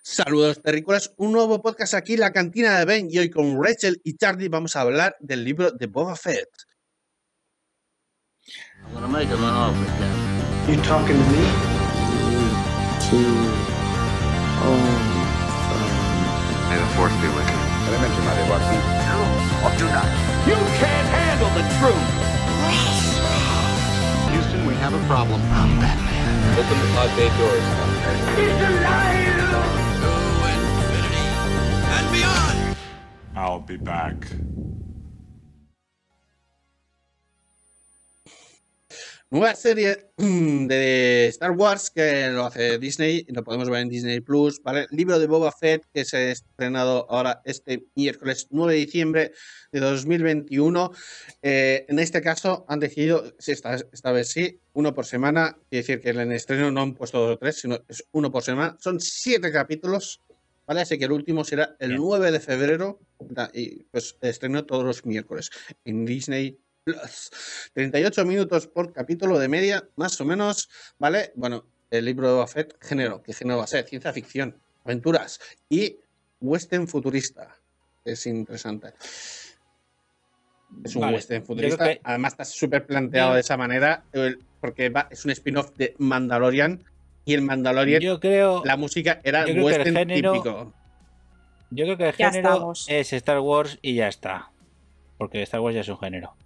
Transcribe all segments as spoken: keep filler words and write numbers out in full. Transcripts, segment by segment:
Saludos terrícolas, un nuevo podcast aquí, La Cantina de Ben, y hoy con Rachel y Charlie vamos a hablar del libro de Boba Fett. I'm gonna make him an offer, Captain. You talking to me? Two, oh, May the force be with you. Elemente madre, Watson. Do or do not. You can't handle the truth. Houston, we have a problem. I'm Batman. Open the pod bay doors. I'll be back. Nueva serie de Star Wars que lo hace Disney, lo podemos ver en Disney Plus, ¿vale? Libro de Boba Fett que se ha estrenado ahora este miércoles nueve de diciembre de dos mil veintiuno. Eh, en este caso han decidido, esta, esta vez sí, uno por semana, quiere decir que en el estreno no han puesto dos o tres, sino es uno por semana. Son siete capítulos, ¿vale? Así que el último será el Bien. nueve de febrero y pues estreno todos los miércoles en Disney Plus. treinta y ocho minutos por capítulo de media, más o menos, ¿vale? Bueno, el libro de Boba Fett, género, ¿qué género va a ser? Ciencia ficción, aventuras y western futurista. Es interesante. Es un vale. western futurista. Que... Además está súper planteado de esa manera, porque va, es un spin-off de Mandalorian, y el Mandalorian, yo creo, la música era western género, típico. Yo creo que el ya género estamos. es Star Wars y ya está. Porque Star Wars ya es un género.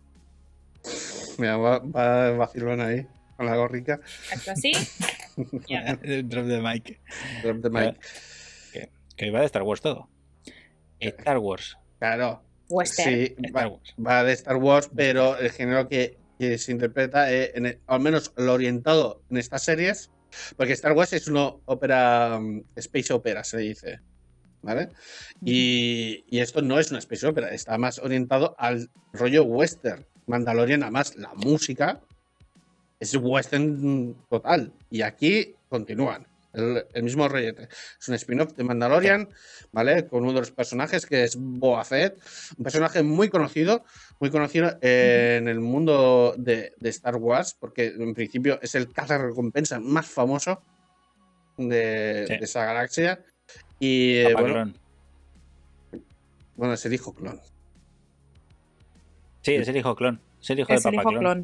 Mira, va, va vacilón ahí, con la gorrica. ¿Así? Yeah. Drop the mic. Drop the mic. Que, que va de Star Wars todo. Star Wars. Claro. Western. Sí, va, va de Star Wars, pero el género que, que se interpreta, eh, en el, al menos lo orientado en estas series, porque Star Wars es una ópera, um, space opera, se dice. ¿Vale? Y, y esto no es una space opera, está más orientado al rollo western. Mandalorian, además, la música es western total. Y aquí continúan. El, el mismo rollete. Es un spin-off de Mandalorian, ¿vale? Con uno de los personajes que es Boba Fett. Un personaje muy conocido, muy conocido eh, en el mundo de, de Star Wars, porque en principio es el cazarrecompensa más famoso de, sí. de esa galaxia. Y eh, bueno, clon. bueno, es el hijo clon. Sí, es el hijo clon. Es el hijo es del el Papa hijo clon. clon.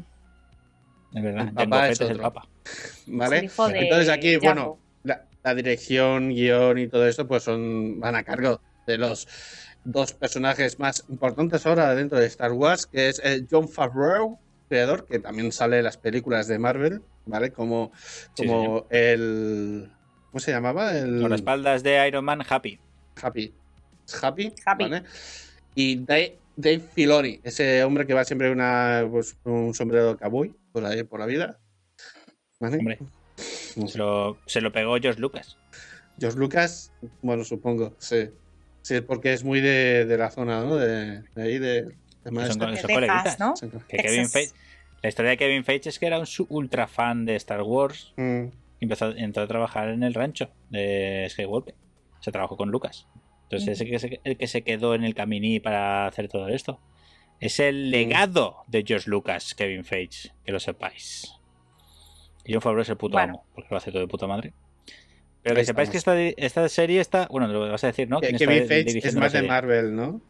Es verdad. El papá es, es el Papa. ¿Vale? Es el hijo de Entonces aquí, Django. bueno, la, la dirección, guión y todo esto, pues son van a cargo de los dos personajes más importantes ahora dentro de Star Wars, que es eh, Jon Favreau, creador, que también sale en las películas de Marvel, ¿vale? Como, como sí, el... ¿Cómo se llamaba? El... Con las espaldas de Iron Man, Happy. Happy. Happy, Happy. ¿vale? Y Dave, Dave Filoni, ese hombre que va siempre una, pues, un sombrero de cowboy por ahí por la vida. ¿Vale? Hombre, se lo, se lo pegó George Lucas. George Lucas, bueno, supongo, sí. Sí, porque es muy de, de la zona, ¿no? De, de ahí, de... de son, son coleguitas, ¿no? Que Kevin Feige, la historia de Kevin Feige es que era un ultra fan de Star Wars. Mm. Empezó, entró a trabajar en el rancho de Skywalker. Se trabajó con Lucas. Entonces, ese que se, el que se quedó en el caminí para hacer todo esto. Es el legado de George Lucas, Kevin Feige, que lo sepáis. Y Jon Favreau es el puto bueno. amo, porque lo hace todo de puta madre. Pero que sepáis que esta, esta serie está... Bueno, lo vas a decir, ¿no? Que Kevin Feige es más de Marvel, ¿no?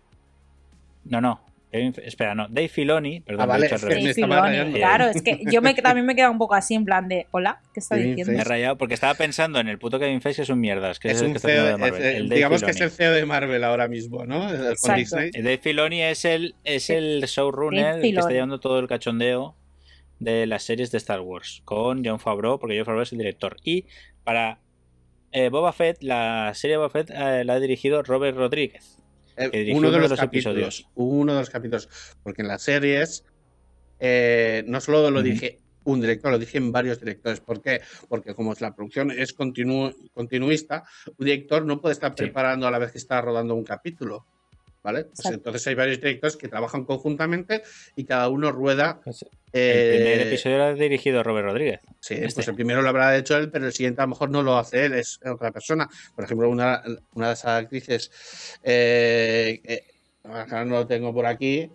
No, no. Kevin, espera, no. Dave Filoni, perdón, ah, vale, he dicho al Dave Filoni, claro, es que yo me, también me he quedado un poco así en plan de hola, ¿qué está Kevin diciendo? Me he rayado porque estaba pensando en el puto Kevin Feige, que es un mierdas, que es, es el un que está C E O, haciendo de Marvel. Es, el digamos Filoni. Que es el C E O de Marvel ahora mismo, ¿no? Con Disney. El Dave Filoni es el, es el showrunner que está llevando todo el cachondeo de las series de Star Wars con Jon Favreau, porque Jon Favreau es el director. Y para eh, Boba Fett, la serie Boba Fett eh, la ha dirigido Robert Rodríguez. Eh, uno, de los, de los episodios. Uno de los capítulos. Porque en las series eh, no solo lo uh-huh. dije un director, lo dije en varios directores. ¿Por qué? Porque como la producción es continu- continuista, un director no puede estar sí. preparando a la vez que está rodando un capítulo. ¿Vale? Pues entonces hay varios directores que trabajan conjuntamente y cada uno rueda. Pues eh, el primer episodio lo ha dirigido Robert Rodríguez. Sí, este. Pues el primero lo habrá hecho él, pero el siguiente a lo mejor no lo hace él, es otra persona. Por ejemplo, una, una de esas actrices, eh, eh, ahora no lo tengo por aquí.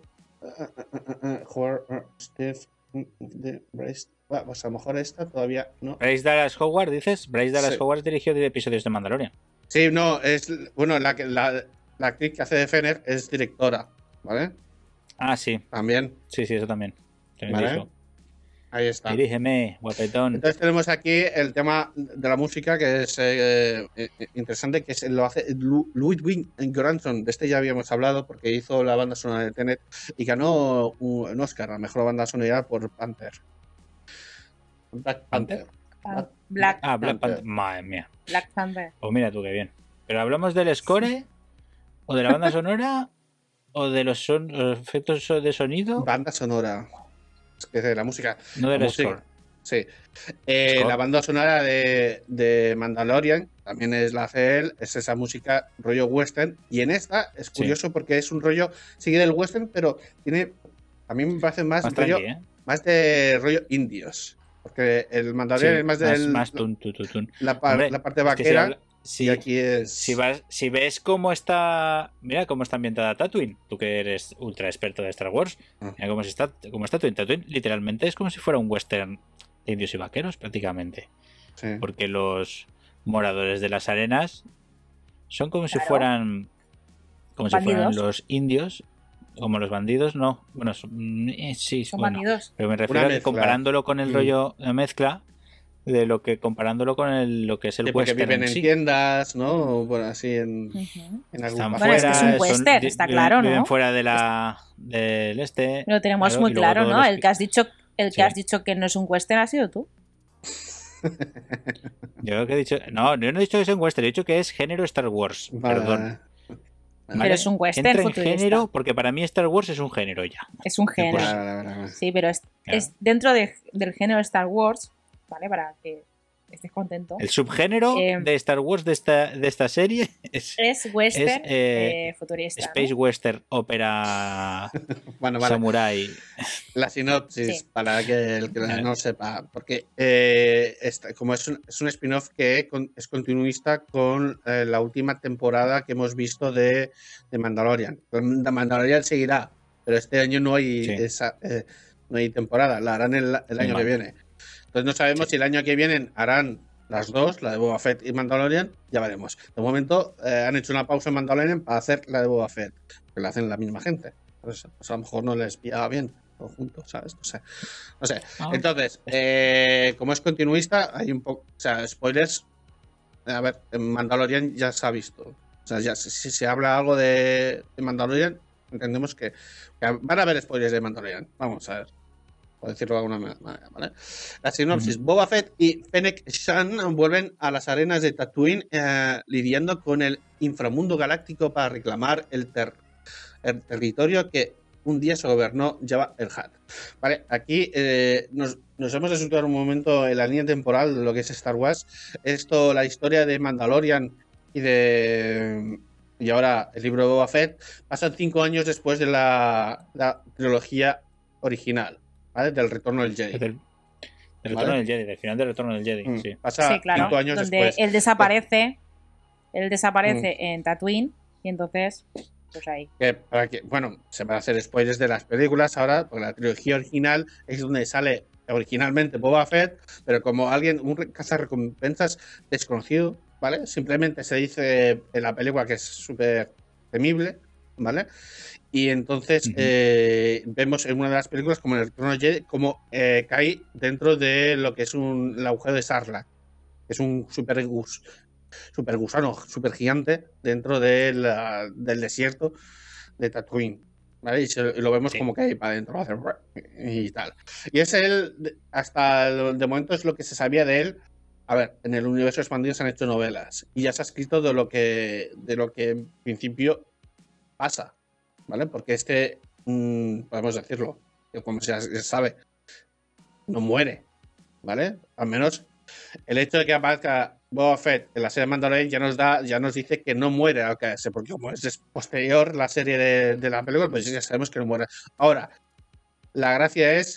Pues a lo mejor esta todavía no. Bryce Dallas Howard, dices. Bryce Dallas sí. Howard dirigió diez episodios de Mandalorian. Sí, no, es. Bueno, la, que- la, la actriz que hace de Fenner es directora, ¿vale? Ah, sí. También, Sí, sí, eso también. También ¿vale? dijo. Ahí está. Dirígeme, guapetón. Entonces tenemos aquí el tema de la música que es eh, eh, interesante, que es, lo hace Lu- Ludwig Göransson. De este ya habíamos hablado porque hizo la banda sonora de Tenet y ganó un, un Oscar a mejor banda sonora por Panther. Black Panther. Ah, Black, Ah, Black Panther. Panther. Madre mía. Black Panther. Pues mira tú qué bien. ¿Pero hablamos del score? ¿O de la banda sonora? ¿O de los, son, los efectos de sonido? Banda sonora. Es que de la música. No del La música. score. Sí. Eh, Score. la banda sonora de, de Mandalorian también es la hace él, es esa música rollo western. Y en esta es curioso porque es un rollo, sigue del western, pero tiene, a mí me parece más, Más rollo, tranqui, ¿eh? más de rollo indios. Porque el Mandalorian Sí, es más más, de más tun, tun, tun, tun. la, par- Hombre, la parte es que si vaquera. habla- si- y aquí es. Si, vas, si ves cómo está. Mira cómo está ambientada Tatooine. Tú que eres ultra experto de Star Wars. Ah. Mira cómo está, cómo está Tatooine. Tatooine literalmente es como si fuera un western de indios y vaqueros, prácticamente. Sí. Porque los moradores de las arenas son como si Claro. fueran. Como si fueran Bandidos. los indios. Como los bandidos, no. Bueno, son- eh, sí, Son bueno. bandidos. Pero me refiero a que mezcla. comparándolo con el Mm. rollo de mezcla. De lo que comparándolo con el, lo que es el Sí, porque western viven en en sí. tiendas, ¿no? Bueno, así en, Ujú. en algún Están paso. Bueno, es que es un fuera, western, di- está viven- claro, ¿no? Viven fuera de la, del este. Lo tenemos claro, muy y luego claro, todos ¿no? los El pi- que has dicho, el que Sí. has dicho que no es un western ha sido tú. Yo creo que he dicho. No, yo no he dicho que es un western, he dicho que es género Star Wars. Vale, Perdón. vale. Pero es un western Entra en futurista. género porque para mí Star Wars es un género ya. Es un género. Vale, vale, vale, vale. Sí, pero es, Claro. es dentro de- del género Star Wars, ¿vale? Para que estés contento. El subgénero Eh, de Star Wars de esta, de esta serie es Es western es, eh, eh, futurista. ¿no? Space Western Ópera Bueno, vale. Samurai. La sinopsis, Sí. para que el que Vale. no sepa, porque eh, esta- como es un, es un spin-off que con- es continuista con eh, la última temporada que hemos visto de, de Mandalorian. The Mandalorian seguirá, pero este año no hay Sí. esa, eh, no hay temporada, la harán el, el año mal. que viene. Entonces no sabemos Sí. si el año que viene harán las dos, la de Boba Fett y Mandalorian, ya veremos. De momento eh, han hecho una pausa en Mandalorian para hacer la de Boba Fett, que la hacen la misma gente. Pues, pues a lo mejor no les pillaba bien todo junto, ¿sabes? No sé. No sé. Ah. Entonces, eh, como es continuista, hay un poco. O sea, spoilers. A ver, en Mandalorian ya se ha visto. O sea, ya si, si se habla algo de, de Mandalorian, entendemos que, que van a haber spoilers de Mandalorian. Vamos a ver. Por decirlo de alguna manera, ¿vale? La sinopsis: Ujú. Boba Fett y Fennec Shan vuelven a las arenas de Tatooine eh, lidiando con el inframundo galáctico para reclamar el, ter- el territorio que un día se gobernó Jabba el Hutt. Vale, aquí eh, nos, nos hemos descentrado un momento en la línea temporal de lo que es Star Wars. Esto, la historia de Mandalorian y de y ahora el libro de Boba Fett pasan cinco años después de la, la trilogía original, ¿vale? Del retorno del Jedi. Del, del retorno Vale. del Jedi, del final del retorno del Jedi. Mm, Sí. Pasa Sí, claro. cinco años Donde después. él desaparece. Él desaparece Mm. en Tatooine. Y entonces, pues ahí. Que para que, bueno, se van a hacer spoilers de las películas ahora, porque la trilogía original es donde sale originalmente Boba Fett, pero como alguien, un re- cazarrecompensas desconocido, ¿vale? Simplemente se dice en la película que es súper temible, ¿vale? Y entonces Ujú. eh, vemos en una de las películas como en el Retorno de Jedi, como eh, cae dentro de lo que es un, el agujero de Sarlacc, que es un super gus, super gusano, super gigante dentro de la- del desierto de Tatooine, ¿vale? Y, se- y lo vemos Sí. como que ahí para adentro hace y tal. Y es él, hasta el- de momento es lo que se sabía de él. A ver, en el universo expandido se han hecho novelas y ya se ha escrito de lo que, de lo que en principio pasa, ¿vale? Porque este, mm, podemos decirlo, que como se se sabe, no muere, ¿vale? Al menos el hecho de que aparezca Boba Fett en la serie de Mandalorian ya nos da, ya nos dice que no muere al caerse, porque como es posterior la serie de, de la película, pues ya sabemos que no muere. Ahora, la gracia es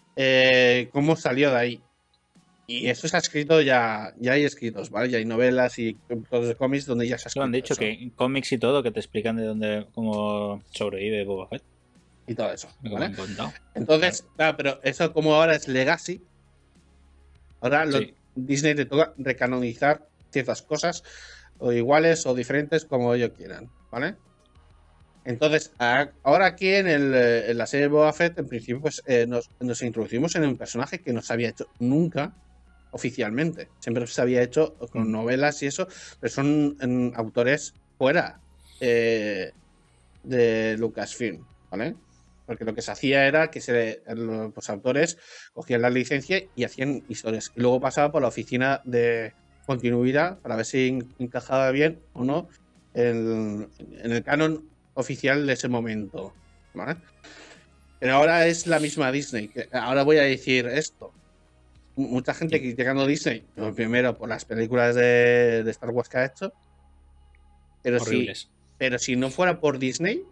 eh, cómo salió de ahí. Y eso se ha escrito ya, ya hay escritos, ¿vale? Ya hay novelas y todos los cómics donde ya se ha Eso escrito. lo han dicho eso que cómics y todo que te explican de dónde, cómo sobrevive Boba Fett. y todo eso, Como ¿vale? han contado. Entonces, claro, pero eso como ahora es Legacy, ahora lo- Sí. Disney le toca recanonizar ciertas cosas o iguales o diferentes como ellos quieran, ¿vale? Entonces, a- ahora aquí en, el, eh, en la serie de Boba Fett, en principio, pues eh, nos, nos introducimos en un personaje que no se había hecho nunca oficialmente. Siempre se había hecho con novelas y eso, pero son mm, autores fuera eh, de Lucasfilm, ¿vale? Porque lo que se hacía era que se, los autores cogían la licencia y hacían historias. Y luego pasaba por la oficina de continuidad para ver si en- encajaba bien o no en, en el canon oficial de ese momento, ¿vale? Pero ahora es la misma Disney. que- Ahora voy a decir esto. M- Mucha gente criticando a Disney, bueno, primero por las películas de, de Star Wars que ha hecho, pero si, Horribles. pero si no fuera por Disney,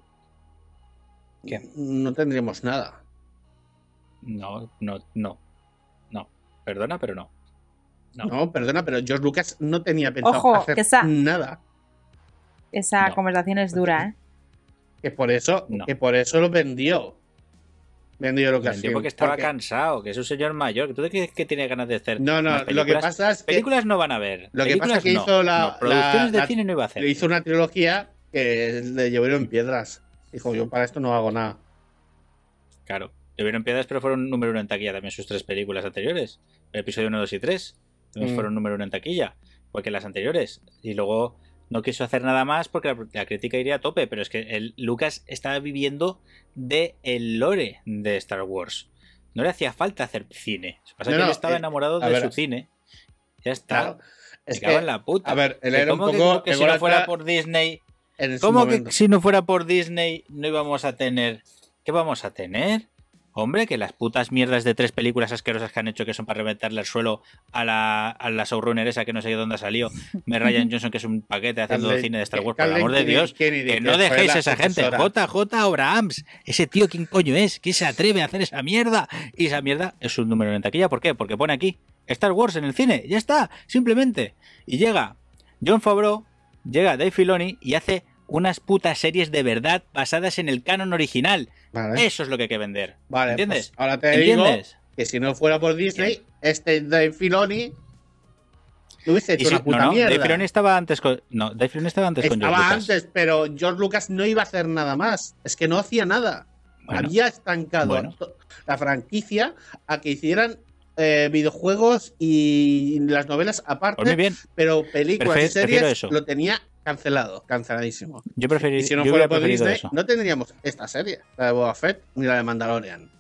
¿Qué? no tendríamos nada. No, no, no. No. Perdona, pero no. No. No, perdona, pero George Lucas no tenía pensado Ojo, hacer que esa- nada. Esa No. conversación es dura, ¿eh? Que por eso, No. que por eso lo vendió. Vendió Lucas. Vendió porque estaba cansado, que es un señor mayor. ¿Tú te crees que tiene ganas de hacer No, no, más lo que películas? pasa es que Películas no van a ver. Lo que pasa es Películas que no. hizo la- No, producciones la- de la- cine no iba a hacer. le hizo una trilogía que le llovieron piedras. Dijo, yo para esto no hago nada. Claro. Tuvieron piedras, pero fueron número uno en taquilla también sus tres películas anteriores. El episodio uno, dos y tres. También Mm. fueron número uno en taquilla. Porque las anteriores. Y luego no quiso hacer nada más porque la, la crítica iría a tope. Pero es que el Lucas estaba viviendo de el lore de Star Wars. No le hacía falta hacer cine. Lo que pasa es No, que él no, estaba eh, enamorado a de ver, su cine. Ya está. Claro, Me es cago que, en la puta. a ver, él Que era un ¿cómo que- poco que si no ególatra fuera por Disney. en su ¿Cómo que momento. si no fuera por Disney no íbamos a tener? ¿Qué vamos a tener? Hombre, que las putas mierdas de tres películas asquerosas que han hecho que son para reventarle al suelo a la, a la showrunner esa que no sé de dónde salió, Me Ryan Johnson, que es un paquete haciendo Kathleen- cine de Star Wars, por el Kathleen amor de Kennedy- Dios, Kennedy, que no fue dejéis la a esa gente. sucesora. J J Abrams, ese tío, ¿quién coño es? ¿Quién se atreve a hacer esa mierda? Y esa mierda es un número en taquilla. ¿Por qué? Porque pone aquí Star Wars en el cine. Ya está, simplemente. Y llega Jon Favreau, llega Dave Filoni y hace unas putas series de verdad basadas en el canon original. Vale, Eso es lo que hay que vender. vale, ¿Entiendes? pues ahora te digo ¿Entiendes? que si no fuera por Disney, este Dave Filoni no hubiese Y hecho si- una puta no, no, mierda. Dave Filoni estaba antes con. No, Dave Filoni estaba antes con George Estaba Lucas. antes, pero George Lucas no iba a hacer nada más. Es que no hacía nada. Bueno, Había estancado bueno. to- la franquicia a que hicieran eh, videojuegos y las novelas aparte, Pues muy bien. pero películas Prefe- y series prefiero eso. lo tenía cancelado, canceladísimo. Yo preferí, Y si no yo fuera hubiera por preferido Disney, eso. no tendríamos esta serie, la de Boba Fett ni la de Mandalorian.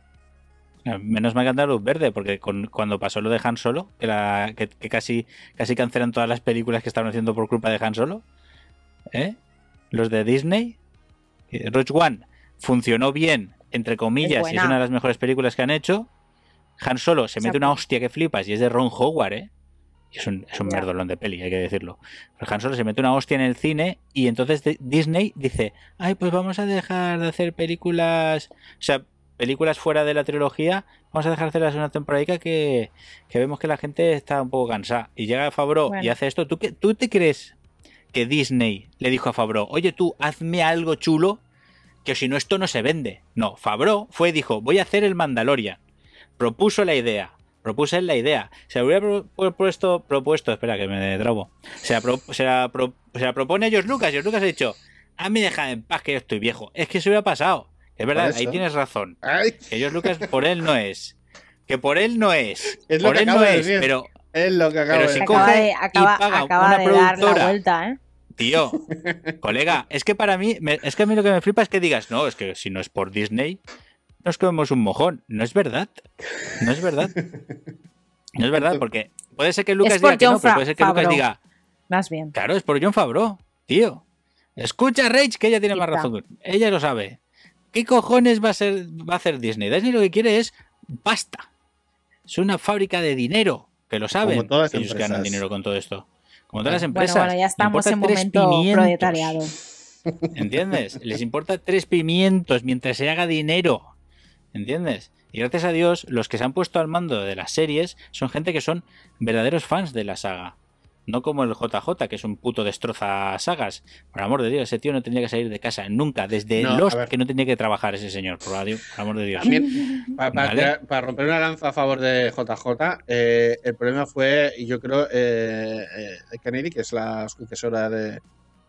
Menos mal que anda luz verde, porque con- cuando pasó lo de Han Solo, que, la, que, que casi, casi cancelan todas las películas que estaban haciendo por culpa de Han Solo, ¿eh? Los de Disney, eh, Rogue One funcionó bien, entre comillas, y es buena. una de las mejores películas que han hecho. Han Solo se mete Exacto. una hostia que flipas y es de Ron Howard, ¿eh? Y es un, es un Ya. merdolón de peli, hay que decirlo. Pero Han Solo se mete una hostia en el cine y entonces de- Disney dice, ay, pues vamos a dejar de hacer películas, o sea, películas fuera de la trilogía, vamos a dejar de hacerlas una temporadica que, que vemos que la gente está un poco cansada. Y llega Favreau Bueno. y hace esto. ¿Tú, qué, ¿Tú te crees que Disney le dijo a Favreau, oye tú, hazme algo chulo, que si no esto no se vende? No, Favreau fue y dijo, voy a hacer el Mandalorian. Propuso la idea. Propuso él la idea. Se la hubiera pro- propuesto, propuesto, espera que me trabo. Se la, pro- se la pro- se la propone a George Lucas. George Lucas ha dicho, a mí déjame en paz que yo estoy viejo. Es que se hubiera pasado. Es verdad, Por ahí eso. tienes razón. Ay, Que George Lucas por él no es. Que por él no es. Es lo por que él no acabo de es, decir. pero es lo que acabo Pero de si decir. coge Acaba de, y acaba, paga acaba una de dar la productora. vuelta, ¿eh? tío, colega, es que para mí, me- es que a mí lo que me flipa es que digas, no, es que si no es por Disney, nos comemos un mojón. No es verdad. No es verdad. No es verdad, porque puede ser que Lucas Es por diga que no, Jon pero puede ser que Lucas Favreau. diga, Más bien. claro, es por Jon Favreau, tío. Escucha, Rage, que ella tiene más Quizá. razón. Ella lo sabe. ¿Qué cojones va a ser, va a hacer Disney? Disney lo que quiere es pasta. Es una fábrica de dinero, que lo saben. Como todas las Ellos ganan empresas. dinero con todo esto. Como todas las Bueno, empresas. bueno, ya Les estamos importa en tres momento pimientos. proletariado. ¿Entiendes? Les importa tres pimientos mientras se haga dinero. ¿Entiendes? Y gracias a Dios, los que se han puesto al mando de las series son gente que son verdaderos fans de la saga. No como el J J, que es un puto destroza sagas. Por amor de Dios, ese tío no tendría que salir de casa nunca. Desde No, Lost a ver. que no tenía que trabajar ese señor, por, radio, por amor de Dios. También, para, para, Vale. tirar- para romper una lanza a favor de J J, eh, el problema fue, y yo creo, eh, eh, Kennedy, que es la sucesora de.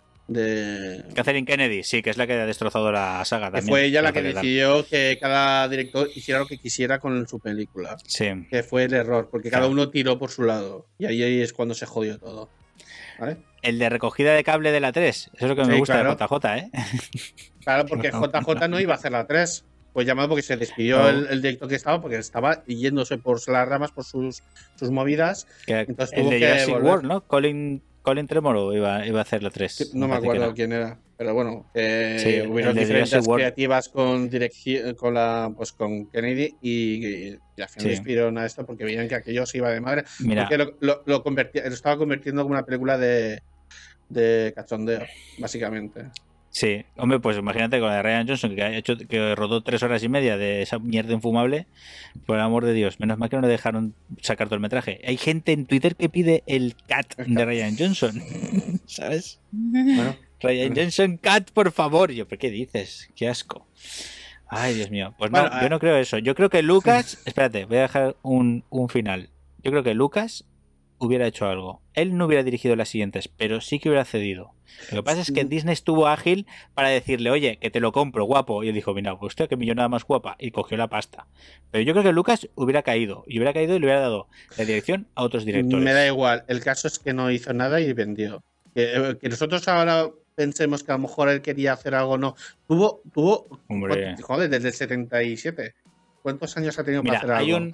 de Catherine Kennedy, sí, que es la que ha destrozado la saga que también. fue ella la Creo que tal. decidió que cada director hiciera lo que quisiera con su película. Sí. Que fue el error, porque cada Claro. uno tiró por su lado. Y ahí es cuando se jodió todo. ¿Vale? El de recogida de cable de la tres. Eso es lo que me Sí, gusta claro. de J J, ¿eh? Claro, porque J J no iba a hacer la tres. Pues llamado porque se despidió No. el, el director que estaba, porque estaba yéndose por las ramas, por sus, sus movidas. Que Entonces el tuvo de que Jurassic volver. World, ¿no? Colin, Colin Trevorrow iba, iba a hacer la tres. No me parece que acuerdo no. quién era, pero bueno, eh, Sí, el hubieron de diferentes Jurassic World. creativas con direcci- con la pues con Kennedy y, y, y al final Sí. despidieron a esto porque veían que aquello se iba de madre. Mira, Porque lo, lo, lo, convertía- lo estaba convirtiendo como una película de, de cachondeo, básicamente. sí. Hombre, pues imagínate con la de Ryan Johnson, que ha hecho, que rodó tres horas y media de esa mierda infumable. Por el amor de Dios, menos mal que no le dejaron sacar todo el metraje. Hay gente en Twitter que pide el cat de Ryan Johnson. ¿Sabes? Bueno, Ryan Johnson cat, por favor. Yo, ¿pero qué dices? Qué asco. Ay, Dios mío. Pues no, Bueno, yo eh, no creo eso. Yo creo que Lucas. Espérate, voy a dejar un, un final. Yo creo que Lucas hubiera hecho algo. Él no hubiera dirigido las siguientes, pero sí que hubiera cedido. Lo que pasa es que Disney estuvo ágil para decirle, oye, que te lo compro, guapo. Y él dijo, mira, pues hostia, qué millonada más guapa. Y cogió la pasta. Pero yo creo que Lucas hubiera caído. Y hubiera caído y le hubiera dado la dirección a otros directores. me da igual. El caso es que no hizo nada y vendió. Que, que nosotros ahora pensemos que a lo mejor él quería hacer algo, no. Tuvo, tuvo, Hombre. joder, desde el setenta y siete. ¿Cuántos años ha tenido Mira, para hacer hay algo? un.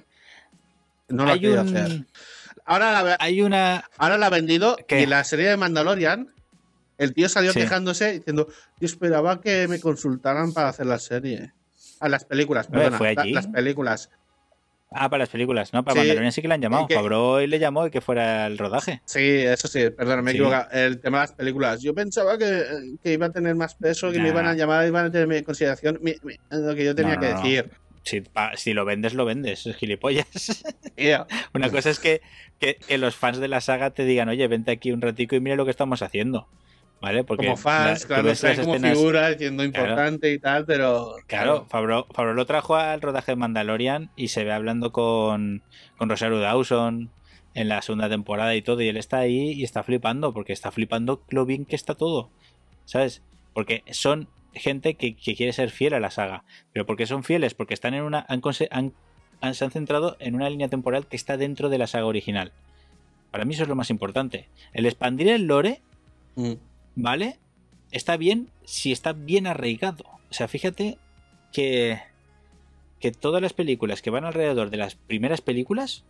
No lo ha hay, querido un hacer. Ahora la, hay una. ahora la ha vendido ¿Qué? y en la serie de Mandalorian el tío salió Sí. quejándose diciendo yo esperaba que me consultaran para hacer la serie. A las películas, Hombre, perdona. fue la- allí. las películas. Ah, para las películas, ¿no? Para Sí. Mandalorian sí que le han llamado. Que- Favreau le llamó y que fuera el rodaje. Sí, eso sí, perdona, me he Sí. equivocado. El tema de las películas. Yo pensaba que, que iba a tener más peso, que me Nah. iban a llamar, iban a tener en consideración mi- mi- lo que yo tenía No, que no, no. decir. Si, pa- si lo vendes, lo vendes. Es gilipollas. Tío. Una cosa es que, que, que los fans de la saga te digan, oye, vente aquí un ratico y mira lo que estamos haciendo. ¿Vale? Porque Como fans, la- tú claro, ves trae las como escenas- figura diciendo importante y tal, pero. Claro, Favreau, Favreau lo trajo al rodaje de Mandalorian y se ve hablando con, con Rosario Dawson en la segunda temporada y todo, y él está ahí y está flipando, porque está flipando lo bien que está todo, ¿sabes? Porque son gente que, que quiere ser fiel a la saga. ¿Pero por qué son fieles? Porque están en una han, conse- han- han- se han centrado en una línea temporal que está dentro de la saga original. Para mí eso es lo más importante. El expandir el lore, Mm. ¿vale? Está bien si está bien arraigado. O sea, fíjate que, que todas las películas que van alrededor de las primeras películas,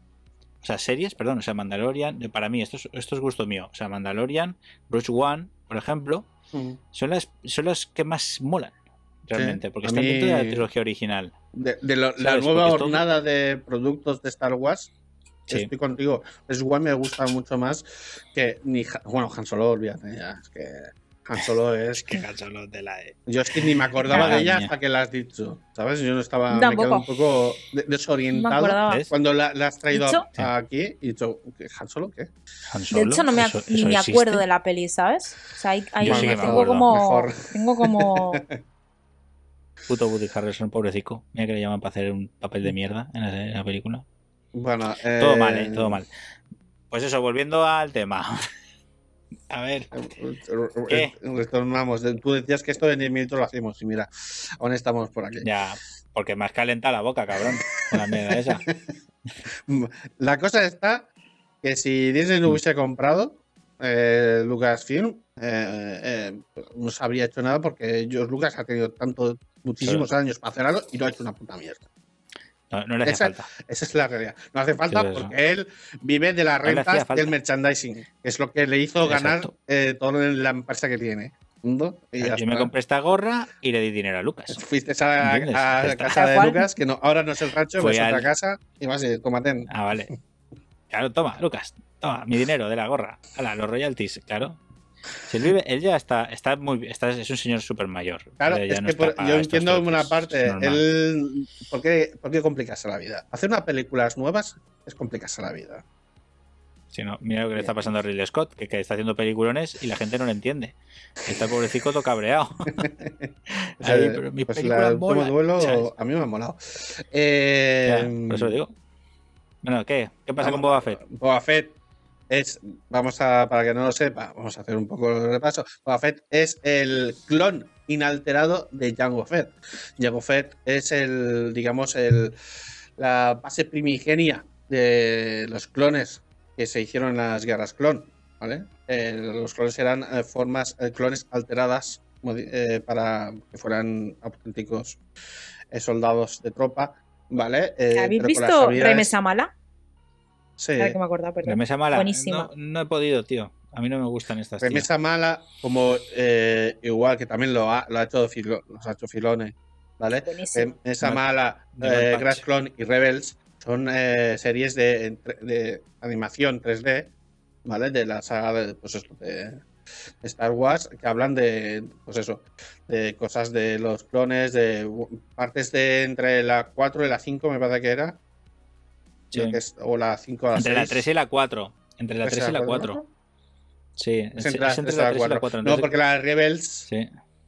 o sea, series, perdón, o sea, Mandalorian, para mí, esto es, esto es gusto mío. O sea, Mandalorian, Rogue One, por ejemplo, Mm. son las, son las que más molan, realmente, porque a están mí- dentro de la trilogía original. De, de lo- la ¿Sabes? nueva Porque todo- hornada de productos de Star Wars, Sí. estoy contigo. Es igual, me gusta mucho más que ni. Ha- Bueno, Han Solo, olvídate ya. Es que Han Solo es. Que solo de la de... Yo es que ni me acordaba Madre de ella mía. hasta que la has dicho. ¿Sabes? Yo no estaba. Me Tampoco. quedo un poco de- No me desorientado. acordaba. ¿Ves? Cuando la, la has traído ¿Dicho? a- aquí y dicho, ¿qué? ¿Han Solo qué? Han De Solo, hecho, no me, ac- eso- ni eso me existe. acuerdo de la peli, ¿sabes? O sea, hay, hay- Yo sí que me tengo acuerdo. como. Mejor. Tengo como. Puto Woody Harrelson, pobrecito. Mira que le llaman para hacer un papel de mierda en la, en la película. Bueno, Todo eh, mal, ¿eh? Todo mal. Pues eso, volviendo al tema. A ver. ¿Qué? Retornamos. Tú decías que esto en diez minutos lo hacemos y mira, aún estamos por aquí. Ya, porque me has calentado la boca, cabrón. Con la mierda esa. La cosa está que si Disney Mm. lo hubiese comprado, eh, Lucasfilm eh, eh, no se habría hecho nada porque George Lucas ha tenido tanto, muchísimos años para hacer algo y no ha hecho una puta mierda. No, no le hace Esa- falta. Esa es la realidad. No hace falta Sí, eso. porque él vive de las No le hacía rentas falta. del merchandising, que es lo que le hizo ganar Exacto. eh, toda la empresa que tiene. ¿No? Y ya Yo me está. compré esta gorra y le di dinero a Lucas. Fuiste a, ¿Entiendes? a Ya la está. casa de Tal cual. Lucas, que no, ahora no es el rancho, Fue es otra al- casa, y vas a decir, tómate. Ah, vale. Claro, toma, Lucas. Toma, mi dinero de la gorra. Hala, los royalties, claro. Si él vive, él ya está, está muy, está, es un señor súper mayor. Claro, Ya es no que está por- para yo estos entiendo trucos, una parte, es normal. él, ¿por qué, por qué complicarse la vida? Hacer unas películas nuevas es complicarse la vida. Si no, mira lo que le está pasando a Ridley Scott, que, que está haciendo peliculones y la gente no lo entiende. Está el pobrecito todo cabreado. Ahí, pero mis pues películas la último molan, duelo ¿sabes? a mí me ha molado. Eh, Ya, por eso lo digo. Bueno, ¿qué? ¿Qué pasa vamos- con Boba Fett? Boba Fett es, vamos a, para que no lo sepa, vamos a hacer un poco de repaso. Boba Fett es el clon inalterado de Jango Fett. Jango Fett es el, digamos, el, la base primigenia de los clones que se hicieron en las guerras clon, ¿vale? Eh, los clones eran eh, formas, eh, clones alteradas modi- eh, para que fueran auténticos eh, soldados de tropa, ¿vale? Eh, ¿Habéis pero con las visto habilidades- Remesa Mala? Sí. Ahora que me he acordado, perdón. Remesa mala. Buenísima. No, no he podido, tío. A mí no me gustan estas. tío. Remesa mala, como eh, igual que también lo ha, lo ha hecho Filo- los ha hecho Filone, ¿vale? Buenísimo. Remesa No- mala, no el eh, patch. Crash Clone y Rebels son eh, series de, entre- de animación tres D, ¿vale? De la saga de, pues esto, de Star Wars, que hablan de, pues eso, de cosas de los clones, de partes de entre la cuatro y la cinco, me parece que era. Sí. Creo que es- o la cinco a la Entre la seis. tres y la cuatro. Entre la ¿Tres y tres y la la cuatro? cuatro. Sí, Es entre la es entre tres y la la tres y la cuatro. cuatro. No, porque la Rebels, Sí.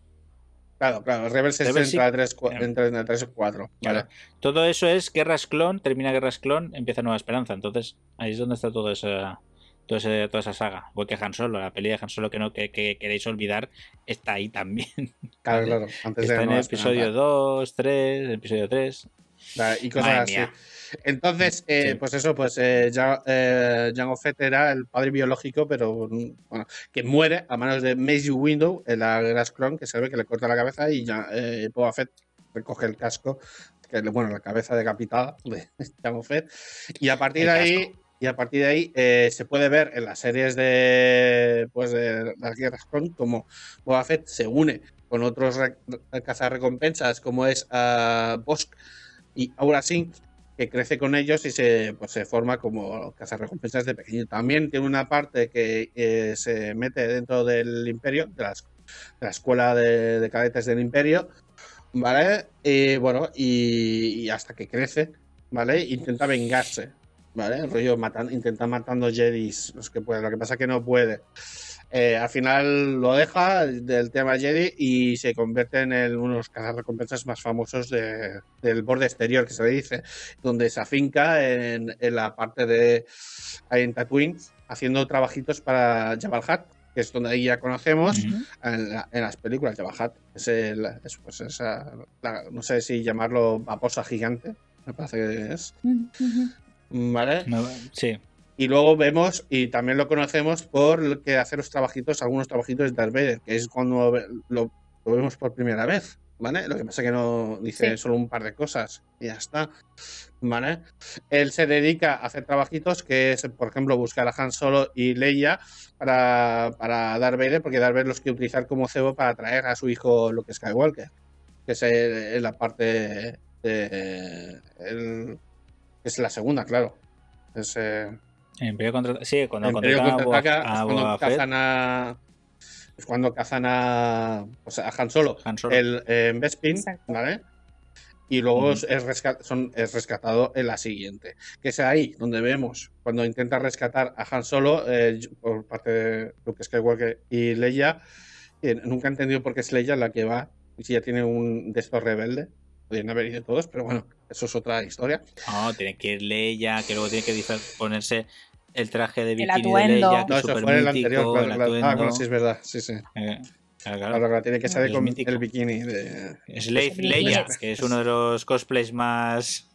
claro, claro, Rebels es Rebels sí. entre la tres, cua- Claro. entre la tres y cuatro, Claro. ¿vale? Todo eso es Guerras Clon, termina Guerras Clon, empieza Nueva Esperanza. Entonces, ahí es donde está todo esa, todo ese- toda esa saga. Igual que Han Solo, la peli de Han Solo que no que, que queréis olvidar, está ahí también. Claro, Vale. claro. Antes Está de en el Nueva episodio Esperanza. dos, tres, episodio tres. Vale, y cosas Madre así. mía. Entonces, eh, Sí. pues eso, pues eh, ya, eh, Jango Fett era el padre biológico, pero mm, bueno, que muere a manos de Mace Windu en la Grass Clone, que se ve que le corta la cabeza y ya eh, Boba Fett recoge el casco, que le- bueno, la cabeza decapitada de Jango Fett. Y a partir El de ahí, casco. y a partir de ahí eh, se puede ver en las series de pues de las guerras Clone como Boba Fett se une con otros re- cazarrecompensas como es uh, Bosk y Aura Singh, que crece con ellos y se, pues, se forma como cazarrecompensas de pequeño. También tiene una parte que eh, se mete dentro del Imperio, de, las, de la escuela de, de cadetes del Imperio, ¿vale? Y bueno, y, y hasta que crece, ¿vale? Intenta vengarse, ¿vale? El rollo matan, intenta matando Jedis, los que puede, lo que pasa que no puede. Eh, al final lo deja del tema Jedi y se convierte en el, uno de los cazarrecompensas más famosos de, del borde exterior, que se le dice, donde se afinca en, en la parte de ahí en Tatooine, haciendo trabajitos para Jabba el Hutt, que es donde ahí ya conocemos Ujú. en, la- en las películas. Jabba el Hutt es, el, es, pues esa, la- no sé si llamarlo babosa gigante, me parece que es, ¿vale? No, sí. Y luego vemos, y también lo conocemos por lo que hace los trabajitos, algunos trabajitos de Darth Vader, que es cuando ve- lo, lo vemos por primera vez, ¿vale? Lo que pasa es que no dice Sí. solo un par de cosas y ya está, ¿vale? Él se dedica a hacer trabajitos, que es, por ejemplo, buscar a Han Solo y Leia para, para Darth Vader, porque Darth Vader los quiere utilizar como cebo para atraer a su hijo Luke Skywalker, que es el- la parte de... el- es la segunda, claro. Es... eh, Imperio contra... Sí, cuando el Imperio contratan a Boba, contraataca, a es cuando Boba Fett, cazan a es cuando cazan a, o sea, a Han Solo, Han Solo. el eh, en Bespin, Exacto. ¿vale? Y luego Ujú. es, resca- son, es rescatado en la siguiente, que es ahí donde vemos cuando intenta rescatar a Han Solo eh, por parte de Luke Skywalker y Leia, que nunca he entendido por qué es Leia la que va, y si ya tiene un de estos rebeldes, podrían haber ido todos, pero bueno, eso es otra historia. No, tiene que ir Leia, que luego tiene que disfra- ponerse el traje de bikini de atuendo. Leia, que No, es eso súper fue en el mítico, anterior, claro, el claro. Ah, atuendo. bueno, sí, es verdad, sí, sí. Eh, claro, claro. Claro, claro, tiene que salir Es con mítico. el bikini de... Slave Bikini. Leia, que es uno de los cosplays más,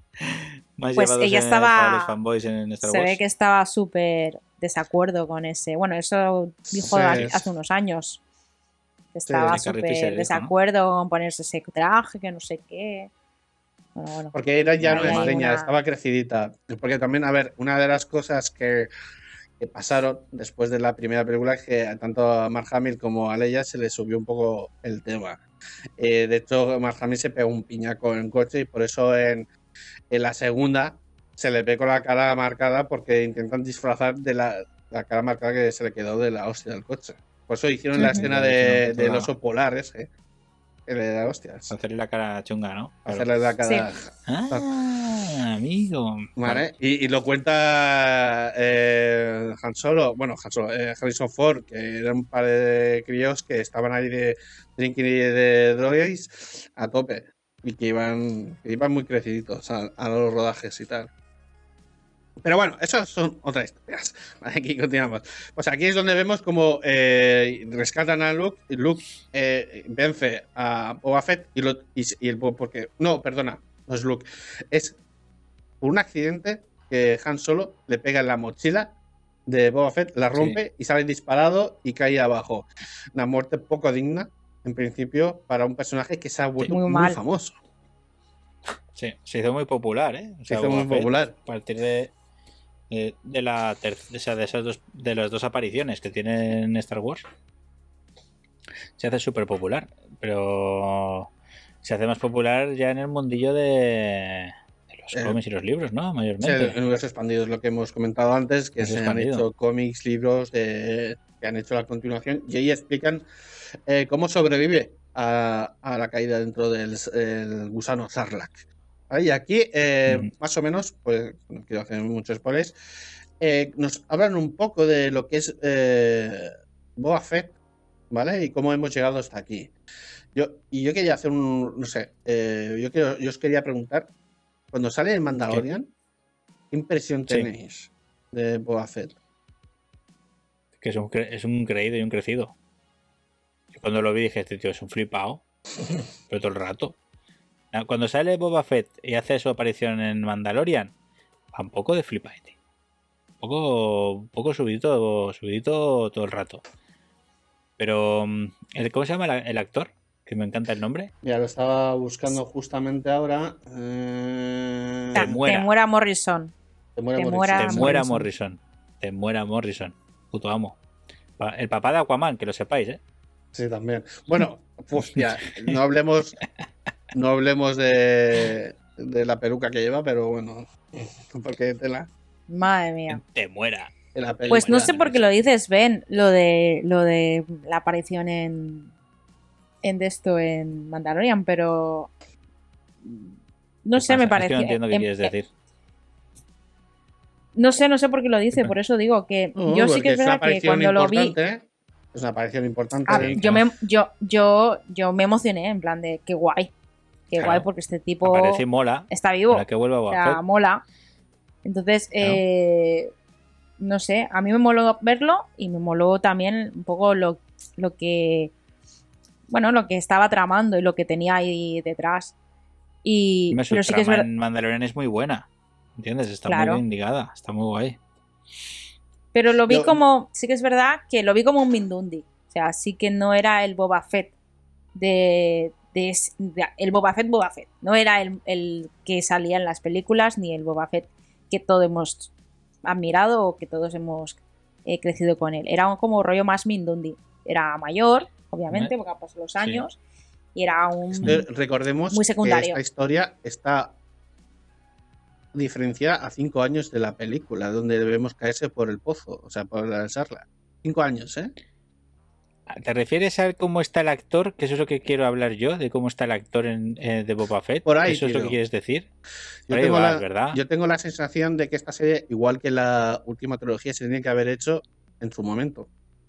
más Pues llevados ella en- estaba- para los fanboys en Star Se Wars. ve que estaba súper desacuerdo con ese. Bueno, eso dijo Sí. hace unos años. Que estaba Carrie Fisher súper dijo, ¿no? desacuerdo con ponerse ese traje, que no sé qué. Bueno, bueno. Porque era ya No, no es hay leña, una- estaba crecidita. Porque también, a ver, una de las cosas que, que pasaron después de la primera película es que tanto a Mark Hamill como a Leia se le subió un poco el tema. Eh, de hecho, Mark Hamill se pegó un piñaco en coche y por eso en, en la segunda se le ve con la cara marcada porque intentan disfrazar de la, la cara marcada que se le quedó de la hostia del coche. Por eso hicieron la Ujú. escena Sí, de, hicieron del la- oso polar ese. Que le da hostias. Hacerle la cara chunga, ¿no? Claro. Hacerle la cara. Ah, amigo. Vale, y, y lo cuenta eh, Han Solo, bueno, Han Solo, eh, Harrison Ford, que eran un par de críos que estaban ahí de drinking y de drogas a tope y que iban, que iban muy creciditos a, a los rodajes y tal. Pero bueno, esas son otras historias. Vale, aquí continuamos. Pues aquí es donde vemos como eh, rescatan a Luke y Luke eh, vence a Boba Fett y, lo, y, y el porque no, perdona, no es Luke, es por un accidente que Han Solo le pega en la mochila de Boba Fett, la rompe sí. y sale disparado y cae abajo. Una muerte poco digna, en principio, para un personaje que se ha vuelto sí, muy, muy famoso. Sí, se hizo muy popular, ¿eh? O sea, se hizo muy Fett, popular. A partir de, de, de, la ter o sea, de, esas dos, de las dos apariciones que tiene en Star Wars, se hace súper popular. Pero se hace más popular ya en el mundillo de... los cómics y los libros, ¿no? Mayormente. Sí, el universo expandido es lo que hemos comentado antes, que se han hecho cómics, libros eh, que han hecho la continuación y ahí explican eh, cómo sobrevive a, a la caída dentro del el gusano Sarlacc. ¿Vale? Y aquí, eh, mm. más o menos, pues no quiero hacer muchos spoilers, eh, nos hablan un poco de lo que es eh, Boba Fett, ¿vale? Y cómo hemos llegado hasta aquí. Yo, y yo quería hacer un, no sé, eh, yo, quiero, yo os quería preguntar, cuando sale el Mandalorian, ¿qué, ¿qué impresión tenéis sí. de Boba Fett? Que es un, es un creído y un crecido. Yo cuando lo vi dije, este tío es un flipado, pero todo el rato. Cuando sale Boba Fett y hace su aparición en Mandalorian, va un poco de flipaete. Un poco, un poco subidito, subidito todo el rato. Pero, ¿cómo se llama el, el actor? Que me encanta el nombre. Ya lo estaba buscando justamente ahora. Eh... Te, muera. te muera Morrison. Te muera, te Morrison. muera, te muera Morrison. Te muera Morrison. Puto amo. El papá de Aquaman, que lo sepáis, ¿eh? Sí, también. Bueno, pues ya, no hablemos, no hablemos de, de la peluca que lleva, pero bueno, porque tela. Madre mía. Te muera. Pues no sé por qué lo dices, Ben, lo de lo de la aparición en en de esto en Mandalorian, pero no sé, me parece. Es que no entiendo qué en, quieres decir. No sé, no sé por qué lo dice, por eso digo que no, yo sí que es verdad que cuando lo vi es una aparición importante. A ver, yo me yo yo yo me emocioné en plan de qué guay. Qué claro. guay porque este tipo aparece y mola. Está vivo. Para que vuelva a o sea, mola. Entonces, claro. eh no sé, a mí me moló verlo y me moló también un poco lo, lo que bueno, lo que estaba tramando y lo que tenía ahí detrás. Y me pero sí que es verdad. Mandalorian es muy buena, ¿entiendes? Está claro. muy bien indicada, está muy guay. Pero lo vi Yo... como, sí que es verdad que lo vi como un Mindundi. O sea, sí que no era el Boba Fett de, de, de el Boba Fett Boba Fett. No era el, el que salía en las películas ni el Boba Fett que todos hemos admirado o que todos hemos eh, crecido con él. Era como rollo más Mindundi. Era mayor, obviamente, porque han pasado los años, sí. y era un recordemos muy secundario. Que esta historia está diferenciada a cinco años de la película, donde debemos caerse por el pozo, o sea, por la Sarlacc. Cinco años, ¿eh? ¿Te refieres a cómo está el actor? Que eso es lo que quiero hablar yo, de cómo está el actor en, eh, de Boba Fett. Por ahí, ¿Eso tío. es lo que quieres decir? Yo tengo, vas, la, ¿verdad? yo tengo la sensación de que esta serie, igual que la última trilogía, se tenía que haber hecho en su momento.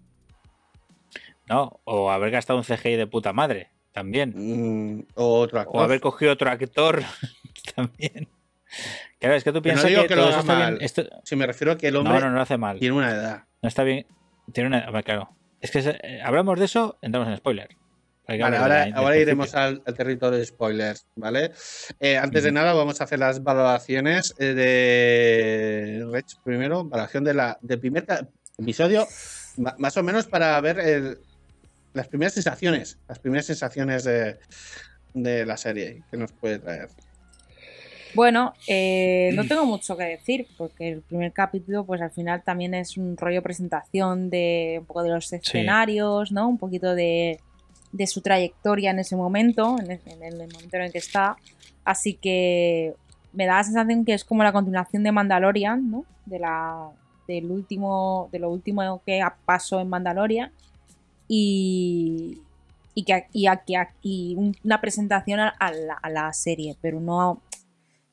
No, o haber gastado un C G I de puta madre, también. Mm, o otro actor. O haber cogido otro actor, también. Claro, es que tú piensas no digo que, que todo lo eso haga está mal. bien. Esto... Si me refiero a que el hombre no, no, no lo hace mal. Tiene una edad. No está bien. Tiene una edad, claro. Es que se... eh, hablamos de eso, entramos en spoiler. Vale, ahora, ahora iremos al, al territorio de spoilers, ¿vale? Eh, antes mm. de nada, vamos a hacer las valoraciones eh, de Rech primero, valoración de la, del primer episodio, más o menos para ver el, las primeras sensaciones, las primeras sensaciones de, de la serie que nos puede traer. Bueno, eh, no tengo mucho que decir, porque el primer capítulo, pues al final también es un rollo presentación de un poco de los escenarios, sí. ¿no? Un poquito de, de su trayectoria en ese momento, en el, en el momento en el que está. Así que me da la sensación que es como la continuación de Mandalorian, ¿no? De la, del último, de lo último que pasó en Mandalorian. Y, y, que, y, a, y una presentación a la, a la serie, pero no...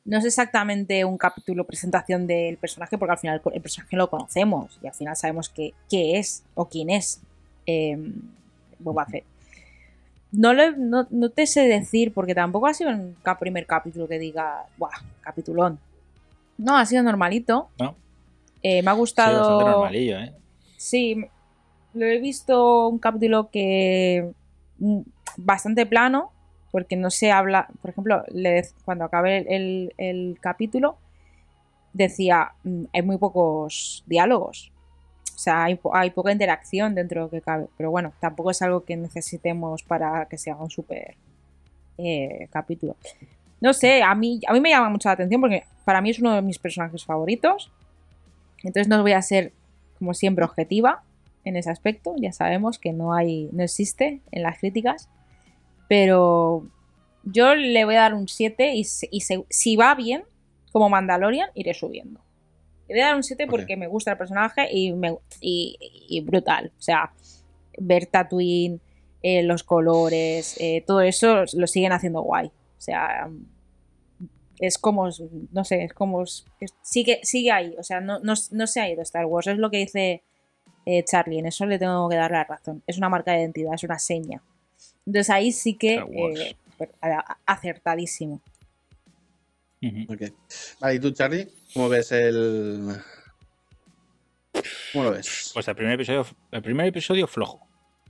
no es exactamente un capítulo presentación del personaje, porque al final el personaje lo conocemos y al final sabemos qué, qué es o quién es eh, Boba Fett. No, le, no, no te sé decir, porque tampoco ha sido un primer capítulo que diga, ¡buah, capitulón! No, ha sido normalito. ¿No? Eh, me ha Sí, gustado. bastante normalillo, ¿eh? Sí, lo he visto un capítulo que mm, bastante plano, porque no se habla, por ejemplo, le, cuando acabé el, el, el capítulo, decía, mm, hay muy pocos diálogos, o sea, hay, hay poca interacción dentro de lo que cabe, pero bueno, tampoco es algo que necesitemos para que se haga un súper eh, capítulo. No sé, a mí, a mí me llama mucho la atención porque para mí es uno de mis personajes favoritos, entonces no voy a ser, como siempre, objetiva en ese aspecto, ya sabemos que no hay, no existe en las críticas, pero yo le voy a dar un siete y, se, y se, si va bien, como Mandalorian, iré subiendo. Le voy a dar un siete porque okay. me gusta el personaje y, me, y, y brutal. O sea, ver Tatooine, eh, los colores, eh, todo eso lo siguen haciendo guay. O sea, es como, no sé, es como, sigue, sigue ahí. O sea, no, no, no se ha ido Star Wars. Es lo que dice eh, Charlie, en eso le tengo que dar la razón. Es una marca de identidad, es una seña. Entonces ahí sí que eh, acertadísimo. Uh-huh. Okay. Vale, ¿y tú, Charlie? ¿Cómo ves el...? ¿Cómo lo ves? Pues el primer episodio, el primer episodio flojo.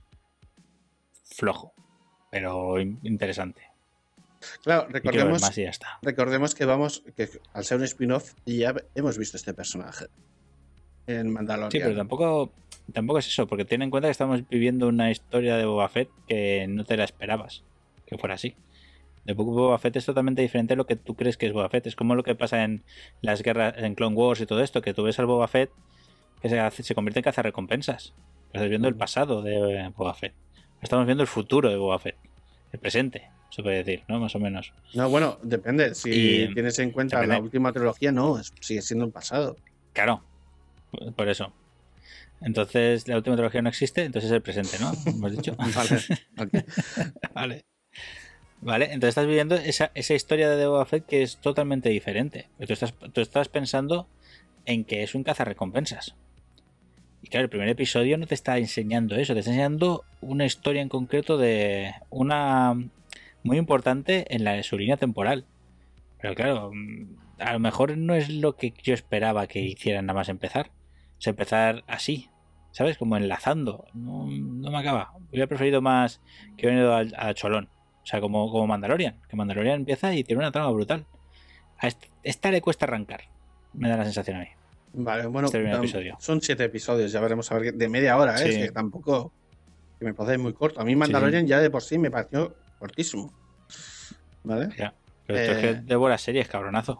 Flojo. Pero interesante. Claro, recordemos, más y ya está. recordemos que vamos, que al ser un spin-off ya hemos visto este personaje en Mandalorian. Sí, pero tampoco... Tampoco es eso, porque ten en cuenta que estamos viviendo una historia de Boba Fett que no te la esperabas que fuera así. De Boba Fett es totalmente diferente a lo que tú crees que es Boba Fett. Es como lo que pasa en las guerras, en Clone Wars y todo esto, que tú ves al Boba Fett que se, hace, se convierte en cazarrecompensas. Estás viendo el pasado de Boba Fett. Estamos viendo el futuro de Boba Fett. El presente, se puede decir, ¿no? Más o menos. No, bueno, depende. Si y tienes en cuenta depende. La última trilogía, no, sigue siendo el pasado. Claro, por eso. Entonces la última trilogía no existe, entonces es el presente, ¿no? Hemos dicho. Vale. Okay. Vale. Vale, entonces estás viviendo esa, esa historia de Boba Fett que es totalmente diferente. Tú estás, tú estás pensando en que es un cazarrecompensas. Y claro, el primer episodio no te está enseñando eso, te está enseñando una historia en concreto de una muy importante en la su línea temporal. Pero claro, a lo mejor no es lo que yo esperaba que hicieran nada más empezar. Es empezar así, ¿sabes? Como enlazando. No, no me acaba. Hubiera preferido más que hubiera ido a, a Cholón. O sea, como, como Mandalorian. Que Mandalorian empieza y tiene una trama brutal. A esta le cuesta arrancar. Me da la sensación a mí. Vale, bueno, este um, episodio. Son siete episodios. Ya veremos a ver. De media hora, ¿eh? Sí. Es que tampoco. Que me parece muy corto. A mí Mandalorian sí, sí. ya de por sí me pareció cortísimo. ¿Vale? Ya. Pero esto eh... es que de buenas series, cabronazo.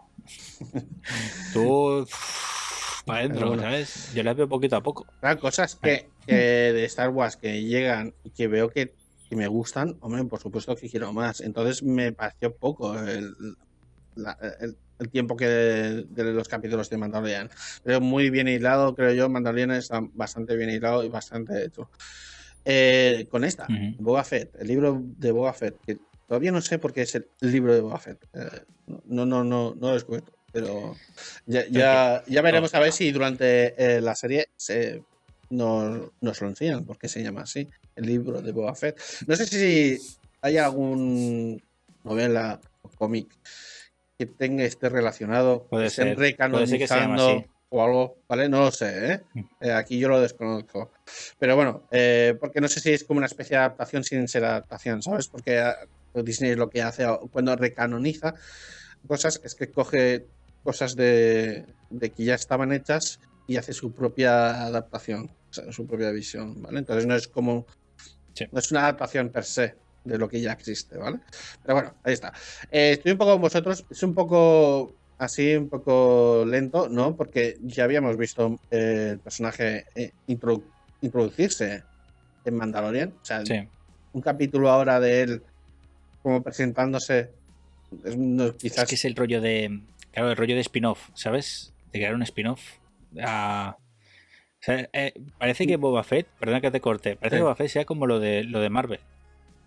Tú. Para adentro, bueno. ¿Sabes? Yo las veo poquito a poco. Claro, cosas que, que de Star Wars que llegan y que veo que, que me gustan, hombre, por supuesto que quiero más. Entonces me pareció poco el, la, el, el tiempo que de, de los capítulos de Mandalorian. Pero muy bien hilado, creo yo. Mandalorian está bastante bien hilado y bastante hecho. Eh, con esta, uh-huh. Boba Fett, el libro de Boba Fett, que todavía no sé por qué es el libro de Boba Fett. Eh, no, no, no, no lo descubierto. Pero ya, ya, ya veremos a ver si durante eh, la serie se, nos, nos lo enseñan, porque se llama así, el libro de Boba Fett. No sé si hay algún novela o cómic que tenga esté relacionado, puede que ser, estén recanonizando o algo, ¿vale? No lo sé, ¿eh? eh aquí yo lo desconozco. Pero bueno, eh, porque no sé si es como una especie de adaptación sin ser adaptación, ¿sabes? Porque Disney lo que hace cuando recanoniza cosas es que coge cosas de, de que ya estaban hechas y hace su propia adaptación, o sea, su propia visión, ¿vale? Entonces no es como sí. no es una adaptación per se de lo que ya existe, ¿vale? Pero bueno, ahí está. Eh, estoy un poco con vosotros, es un poco así, un poco lento, ¿no? Porque ya habíamos visto eh, el personaje eh, introdu- introducirse en Mandalorian, o sea, sí. un capítulo ahora de él como presentándose. Es, no, quizás... es que es el rollo de claro, el rollo de spin-off, ¿sabes? De crear un spin-off. Ah, o sea, eh, parece que Boba Fett, perdona que te corte, parece sí. que Boba Fett sea como lo de lo de Marvel.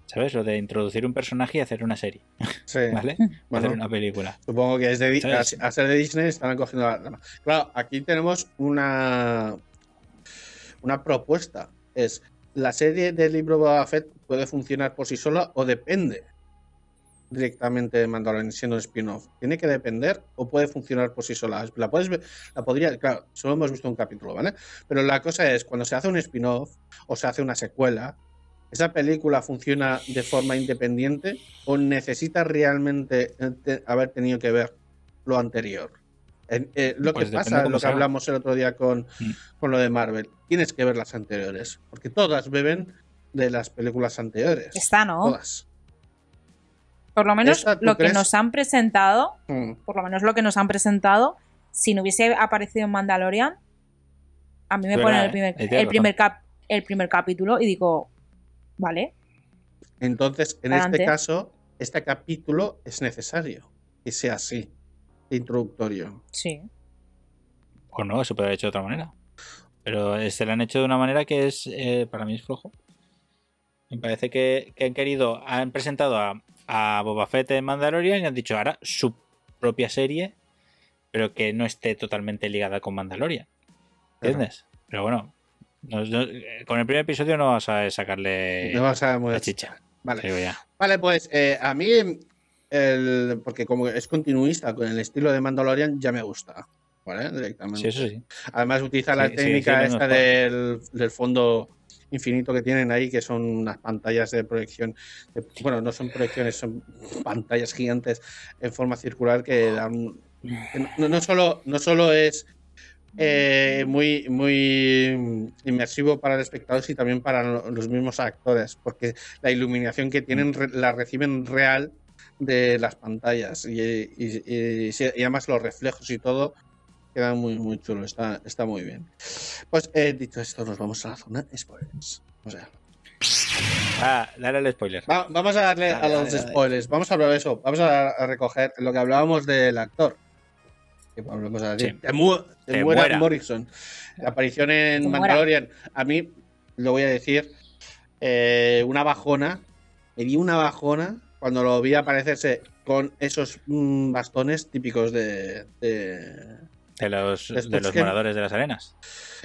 ¿Sabes? Lo de introducir un personaje y hacer una serie. Sí. ¿Vale? Bueno, hacer una película. supongo que es de, ¿Sabes? a, a ser de Disney están cogiendo la rama. Claro, aquí tenemos una una propuesta. Es, ¿la serie del libro Boba Fett puede funcionar por sí sola o depende directamente de Mandalorian siendo un spin-off? ¿Tiene que depender o puede funcionar por sí sola? La puedes ver, la podría, claro, solo hemos visto un capítulo, ¿vale? Pero la cosa es, cuando se hace un spin-off o se hace una secuela, ¿esa película funciona de forma independiente o necesita realmente te- haber tenido que ver lo anterior? En- eh, lo Pues que depende pasa, cómo lo se que haga. hablamos el otro día con, Mm. con lo de Marvel, tienes que ver las anteriores, porque todas beben de las películas anteriores. Está, ¿no? Todas. Por lo menos ¿Esta tú lo que crees? nos han presentado, Mm. por lo menos lo que nos han presentado, si no hubiese aparecido en Mandalorian, a mí me Es ponen verdad, el primer, ¿eh? Ahí tienes el primer cap, el primer capítulo y digo, vale, Entonces, en Adelante. este caso, este capítulo es necesario que sea así, introductorio. sí. O no, se puede haber hecho de otra manera. Pero este lo han hecho de una manera que es, eh, para mí es flojo. Me parece que, que han querido, han presentado a, a Boba Fett en Mandalorian y han dicho ahora su propia serie, pero que no esté totalmente ligada con Mandalorian. ¿Entiendes? Pero bueno, no- no- con el primer episodio no vas a sacarle No vas a la mover. chicha. Vale. Te digo ya. Vale, pues eh, a mí, el, porque como es continuista con el estilo de Mandalorian, ya me gusta. ¿Vale? Directamente. Sí, eso sí. Además, utiliza la Sí, sí, técnica sí, esta no es del, del fondo infinito que tienen ahí, que son unas pantallas de proyección. de- bueno, no son proyecciones, son pantallas gigantes en forma circular que dan. que no, no solo, no solo es eh, muy, muy inmersivo para el espectador, sino también para lo- los mismos actores, porque la iluminación que tienen re- la reciben real de las pantallas y, y- y- y además los reflejos y todo queda muy muy chulo, está, está muy bien. Pues eh, dicho esto, nos vamos a la zona spoilers. O sea, Ah, dale al spoiler. va- vamos a darle Dale, a los dale, dale. spoilers. Vamos a hablar de eso. Vamos a, a recoger lo que hablábamos del actor. Que hablamos a Sí. decir, Temu- Te Temuera muera. Morrison. La aparición en Temuera. Mandalorian. A mí, lo voy a decir, eh, una bajona. Me di una bajona cuando lo vi aparecerse con esos mm, bastones típicos de, de, De los, Después de los que- moradores de las arenas.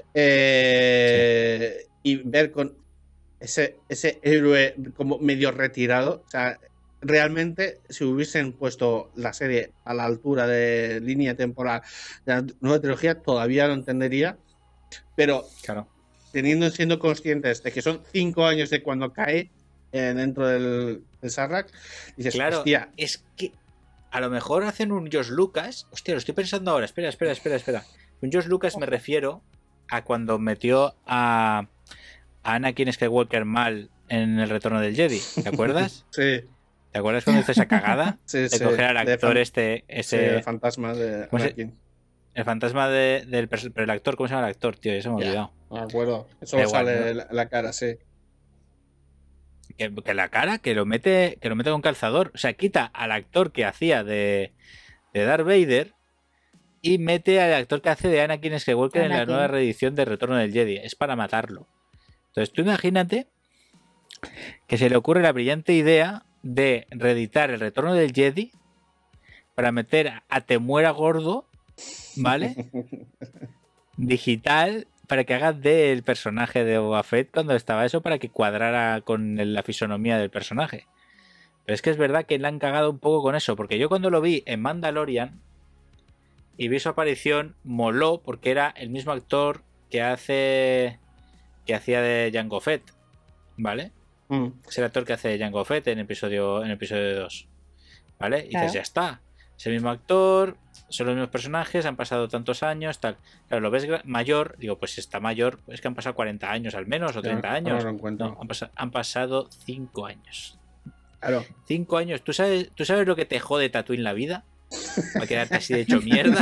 Eh, y ver con ese, ese héroe como medio retirado. O sea, realmente, si hubiesen puesto la serie a la altura de línea temporal de la nueva trilogía, todavía lo entendería. Pero Claro. teniendo siendo conscientes de que son cinco años de cuando cae eh, dentro del, del Sarlacc, dices, Claro, hostia, es que a lo mejor hacen un George Lucas. Hostia, lo estoy pensando ahora. Espera, espera, espera, espera. Un George Lucas me refiero a cuando metió a, a Anakin Skywalker mal en el retorno del Jedi. ¿Te acuerdas? sí, ¿Te acuerdas cuando hizo esa cagada? sí, De sí, coger al de actor fan- este, sí, ese, el fantasma de ¿Cómo se- Anakin. el fantasma de- del pers- pero el actor, ¿cómo se llama el actor, tío? Ya se me ha Ya. olvidado. No me acuerdo. Eso Da igual, sale ¿no? la, la cara, sí. Que, que la cara, que lo mete, que lo mete con calzador. O sea, quita al actor que hacía de, de Darth Vader y mete al actor que hace de Anakin Skywalker en la Anakin. nueva reedición de Retorno del Jedi. Es para matarlo. Entonces, tú imagínate que se le ocurre la brillante idea de reeditar el Retorno del Jedi para meter a, a Temuera Gordo, ¿vale? Digital, para que haga del personaje de Boba Fett cuando estaba eso, para que cuadrara con el- la fisonomía del personaje. Pero es que es verdad que le han cagado un poco con eso, porque yo cuando lo vi en Mandalorian y vi su aparición, moló, porque era el mismo actor que hace que hacía de Jango Fett, ¿vale? Mm. Es el actor que hace de Jango Fett en episodio en episodio dos, ¿vale? Y Claro. dices, ya está, es el mismo actor, son los mismos personajes, han pasado tantos años, tal. Claro, lo ves gra- mayor, digo, pues si está mayor, es que han pasado cuarenta años al menos, o treinta Ya, años. ahora lo encuentro. No, han, pasa- han pasado cinco años. Claro. Cinco años. ¿Tú sabes, ¿Tú sabes lo que te jode Tatooine la vida? Va a quedarte así de hecho mierda.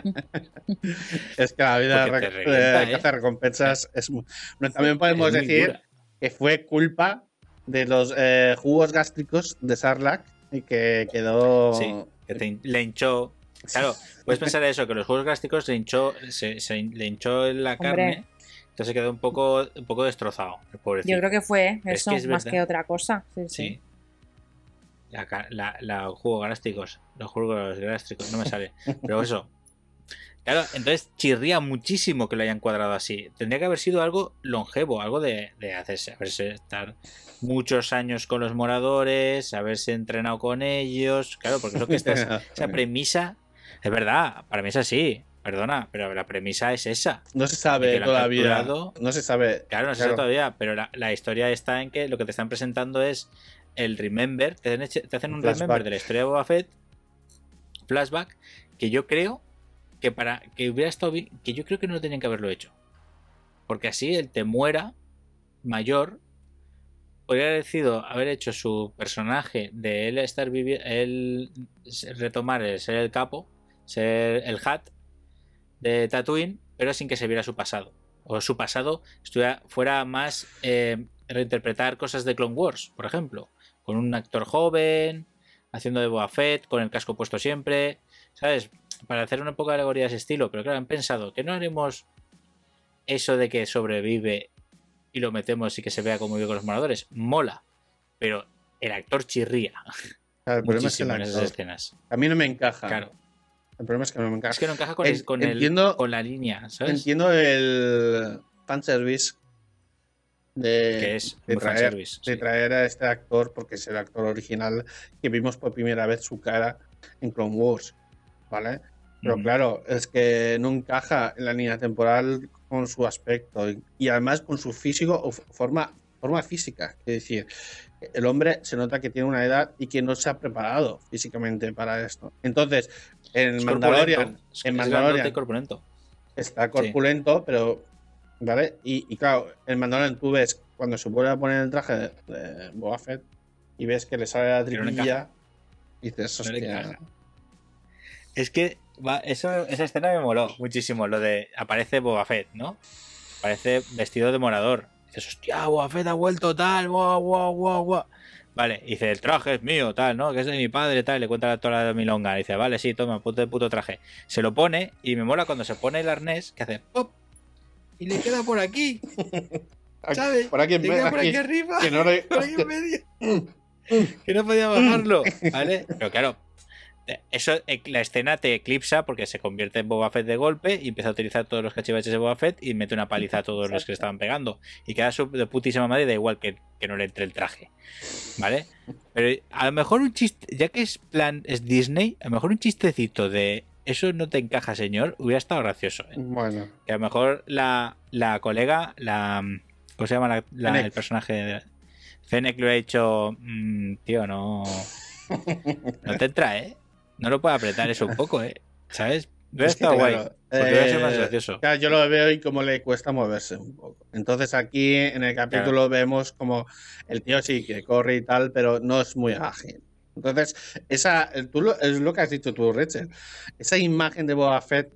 Es que la vida Porque te re- revienta, de ¿eh? caza recompensas es muy... Bueno, también podemos Es muy decir dura. que fue culpa de los eh, jugos gástricos de Sarlacc y que quedó... Sí, que te hin- le hinchó. Claro, puedes pensar eso, que los juegos gástricos le hinchó, se, se- le hinchó la Hombre. carne. Entonces se quedó un poco, un poco destrozado, el pobrecito. Yo creo que fue Es eso, que es más verdad. que otra cosa. Sí, sí. Sí. La, ca- la, la- los jugos gástricos. Los jugos gástricos, no me sale. Pero eso. Claro, entonces chirría muchísimo que lo hayan cuadrado así. Tendría que haber sido algo longevo, algo de, de hacerse, haberse estar muchos años con los moradores, haberse entrenado con ellos. Claro, porque es lo que estás, esa premisa, es verdad, para mí es así, perdona, pero la premisa es esa. No se De sabe que lo han todavía. capturado. No se sabe. Claro, no se sabe todavía, pero la, la historia está en que lo que te están presentando es el remember, te hacen, te hacen un Flashback. remember de la historia de Boba Fett, flashback, que yo creo que para que hubiera estado bien, que yo creo que no tenían que haberlo hecho, porque así el te muera mayor podría haber decidido haber hecho su personaje de él estar viviendo, él retomar el ser el capo, ser el Hat de Tatooine, pero sin que se viera su pasado, o su pasado estuviera, fuera más eh, reinterpretar cosas de Clone Wars, por ejemplo, con un actor joven haciendo de Boba Fett, con el casco puesto siempre, ¿sabes? Para hacer una poca alegoría de ese estilo, pero claro, han pensado que no haremos eso de que sobrevive y lo metemos y que se vea como vive con los moradores. Mola, pero el actor chirría Claro, el problema es que muchísimo el en esas actor- escenas. a mí no me encaja. Claro, El problema es que no me encaja. es que no encaja con, En- el, con, el- entiendo- con la línea, ¿sabes? Entiendo el fanservice de, Que es de muy traer, fanservice, de sí. traer a este actor, porque es el actor original que vimos por primera vez su cara en Clone Wars, ¿vale? Pero Ujú. claro, es que no encaja en la línea temporal con su aspecto y, y además con su físico o f- forma, forma física. Es decir, el hombre se nota que tiene una edad y que no se ha preparado físicamente para esto. Entonces, en Es Mandalorian, corpulento, es- en es Mandalorian grandote y corpulento. está corpulento, pero ¿vale? Y, y claro, en Mandalorian tú ves cuando se vuelve a poner el traje de, de Boba Fett y ves que le sale la Pero no triquilla y dices, No le hostia. encaja. Es que va, eso, esa escena me moló muchísimo. Lo de aparece Boba Fett, ¿no? Aparece vestido de morador. Dices, hostia, Boba Fett ha vuelto tal, guau, guau, guau, guau. Vale, dice, el traje es mío, tal, ¿no? Que es de mi padre, tal. Le cuenta toda la milonga. Dice, vale, sí, toma, puto, puto traje. Se lo pone y me mola cuando se pone el arnés que hace pop y le queda por aquí, ¿sabes? Por aquí en Le medio, queda por aquí, aquí arriba. que no le- Por aquí en medio. Que no podía bajarlo, ¿vale? Pero claro, eso, eh, la escena te eclipsa porque se convierte en Boba Fett de golpe y empieza a utilizar todos los cachivaches de Boba Fett y mete una paliza a todos los que le estaban pegando. Y queda su- de putísima madre y da igual que, que no le entre el traje, ¿vale? Pero a lo mejor un chiste, ya que es plan, es Disney, a lo mejor un chistecito de eso no te encaja, señor, hubiera estado gracioso, ¿eh? Bueno, Que a lo mejor la, la colega, la ¿cómo se llama la- la- Fennec. el personaje? de Fennec lo ha hecho, mm, tío, no, no te entra, ¿eh? No lo puede apretar eso un poco, ¿eh? ¿Sabes? Hubiera es que estado claro, guay. Porque hubiera sido más eh, gracioso. claro, yo lo veo y cómo le cuesta moverse un poco. Entonces aquí en el capítulo vemos como el tío sí que corre y tal, pero no es muy ágil. Entonces, esa, tú lo, es lo que has dicho tú, Rachel. Esa imagen de Boba Fett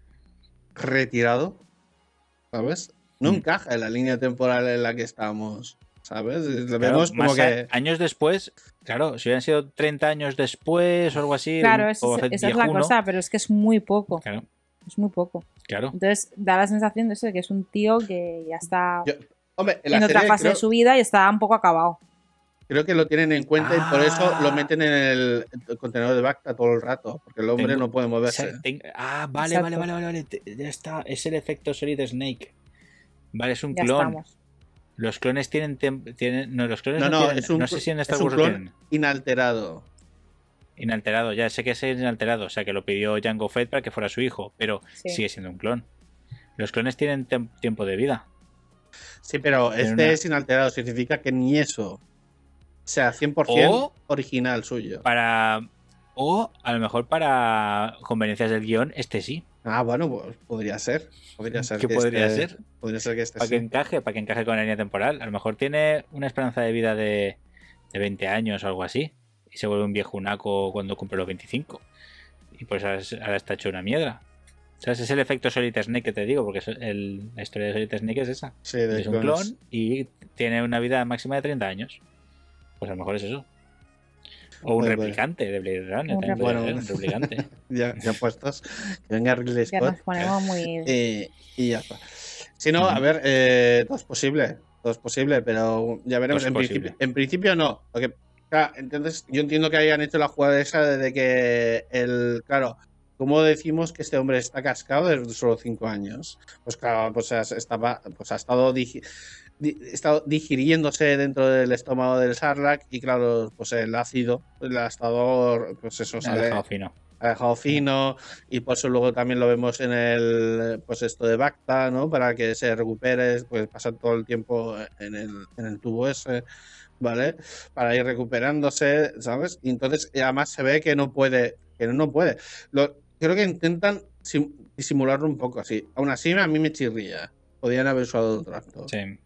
retirado, ¿sabes? No Mm. encaja en la línea temporal en la que estamos, ¿sabes? Lo Claro, vemos como más que... a- años después, claro, si hubieran sido treinta años después o algo así, Claro, un esa Boba es, Fett esa es la viejuno. cosa, pero es que es muy poco. Claro, Es muy poco. claro. Entonces da la sensación de eso, de que es un tío que ya está Yo- hombre, en la en otra serie fase creo, de su vida y está un poco acabado. creo que lo tienen en cuenta y por eso Ah. lo meten en el, el contenedor de Bacta todo el rato, porque el hombre Tengo- no puede O moverse. sea, ten- Ah, vale, Exacto. vale, vale, vale, vale. Te- Ya está. Es el efecto Solid Snake. Vale, es un Ya clon. estamos. Los clones tienen, tem- tienen. No, los clones No, no, no, tienen. es un, no sé si en Star es un Wars lo clon tienen. inalterado. Inalterado, ya sé que es inalterado. O sea, que lo pidió Jango Fett para que fuera su hijo. Pero Sí. sigue siendo un clon. Los clones tienen tem- tiempo de vida. Sí, pero Tiene este una- es inalterado, significa que ni eso sea cien por ciento O- original suyo. Para. O a lo mejor para conveniencias del guión, este sí. Ah, bueno, pues podría ser. Podría ser ¿Qué que podría este- ser? Podría ser que este Para sí. que encaje, para que encaje con la línea temporal. A lo mejor tiene una esperanza de vida de, de veinte años o algo así. Y se vuelve un viejunaco cuando cumple los veinticinco. Y pues ahora, es- ahora está hecho una mierda. ¿Sabes? Es el efecto Solid Snake que te digo, porque es el- la historia de Solid Snake es esa. Sí, de Es un clones. clon y tiene una vida máxima de treinta años. Pues a lo mejor es eso. O un Pues, replicante de Blade Runner. Un también puede replicante. ser, un replicante. Ya, ya puestos. Que venga Ridley Ya Scott. nos ponemos muy... Eh, y ya está. Si no, Ujú. a ver, eh, todo es posible. Todo es posible, pero ya veremos. Todo es En posible. principio, en principio no. Porque, claro, entonces yo entiendo que hayan hecho la jugada esa de que el. Claro, ¿cómo decimos que este hombre está cascado desde solo cinco años? Pues claro, pues ha, estaba, pues ha estado, digi, di, estado digiriéndose dentro del estómago del Sarlacc y claro, pues el ácido le ha estado, pues eso, Me ha sale, dejado fino. ha dejado fino y por eso luego también lo vemos en el, pues esto de Bacta, ¿no? Para que se recupere, pues pasa todo el tiempo en el, en el tubo ese, ¿vale? Para ir recuperándose, ¿sabes? Y entonces además se ve que no puede, que no puede. Lo, creo que intentan sim, disimularlo un poco así. Aún así a mí me chirría. Podrían haber usado otro acto. Sí.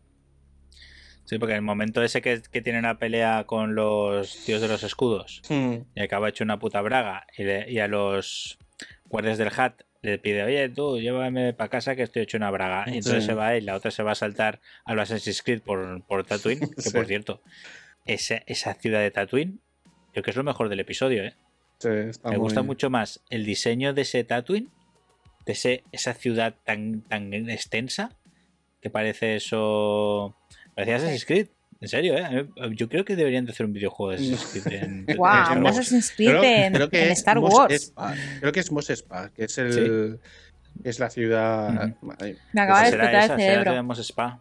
Sí, porque en el momento ese que, que tiene una pelea con los tíos de los escudos Hmm. y acaba hecho una puta braga y, le, y a los guardias del Hat le pide, oye tú, llévame para casa que estoy hecho una braga. Y entonces Sí. se va y la otra se va a saltar a los Assassin's Creed por, por Tatooine, que Sí. por cierto, esa, esa ciudad de Tatooine creo que es lo mejor del episodio, ¿eh? Sí, está Me muy... gusta mucho más el diseño de ese Tatooine, de ese, esa ciudad tan, tan extensa, que parece eso... Parecía Assassin's Creed. En serio, ¿eh? Yo creo que deberían de hacer un videojuego de Assassin's Creed. En, en Wow, Star un Wars. Assassin's Creed Creo, en, creo que en es Star Mos Wars. Espa. Creo que es Mos Espa, que es el es la ciudad. Ujú. Ay, Me acaba de Será explotar esa, el será cerebro. tenemos Spa.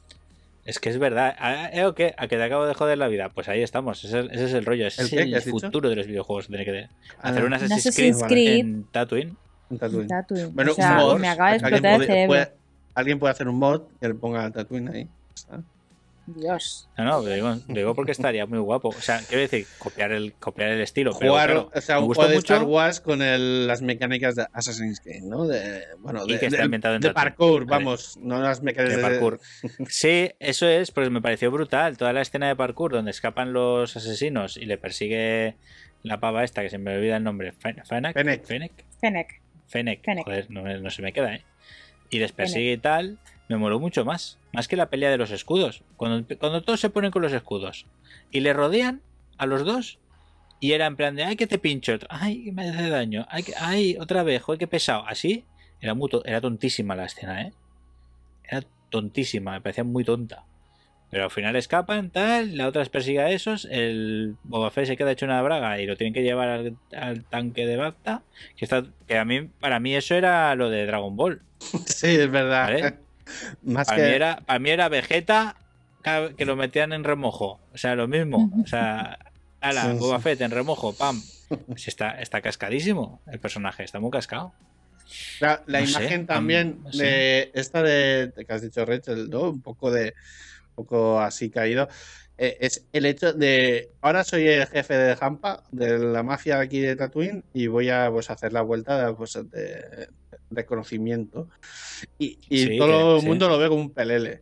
Es que es verdad. ¿A, eh, o qué? ¿A que te acabo de joder la vida? Pues ahí estamos. Ese, ese es el rollo. Ese ¿El es qué? el ¿Qué has dicho? futuro de los videojuegos. Tener que Ah, hacer un un Assassin's, Assassin's Creed, Creed. en Tatooine. en Tatooine. Tatooine. Bueno, O sea, un mod. me acaba de Alguien explotar el puede- cerebro. puede- alguien puede hacer un mod que le ponga Tatooine ahí. ¿Está? Dios. No, no, lo digo, lo digo porque estaría muy guapo. O sea, quiero decir, copiar el, copiar el estilo. Pero, Jugar, claro, o sea, me un gustó juego de mucho Star Wars con el- las mecánicas de Assassin's Creed, ¿no? De, bueno, Y de, que está de- ambientado en de Tatooine. parkour, Vale. vamos, no las mecánicas de parkour. Sí, eso es, porque me pareció brutal. Toda la escena de parkour donde escapan los asesinos y le persigue la pava esta, que se me olvida el nombre. Fen- Fennec. Fennec. Fennec. Fennec. Fennec. Fennec. Joder, no, no se me queda, ¿eh? Y les persigue y tal. Me moló mucho más. Más que la pelea de los escudos. Cuando, cuando todos se ponen con los escudos y le rodean a los dos. Y era en plan de, ay, que te pincho. Ay, que me hace daño. Ay, que, ay otra vez. Joder, qué pesado. Así. Era, muy to- era tontísima la escena, ¿eh? Era tontísima. Me parecía muy tonta. Pero al final escapan, tal. La otra les persigue a esos. El Boba Fett se queda hecho una braga y lo tienen que llevar al, al tanque de Bacta. Que, está, que a mí, para mí eso era lo de Dragon Ball. Sí, es verdad. ¿Vale? Más Para, que mí era, para mí era Vegeta que lo metían en remojo. O sea, lo mismo. O sea, ala, Sí, sí. Boba Fett en remojo, pam. Si está, está cascadísimo el personaje, está muy cascado. la, la no sé, imagen también no sé. de esta de, de que has dicho Rachel, ¿no? Un poco de un poco así caído. Eh, es el hecho de ahora soy el jefe de Hampa de la mafia aquí de Tatooine y voy a pues hacer la vuelta pues, de reconocimiento y, y Sí, todo que- el sí. mundo lo ve como un pelele.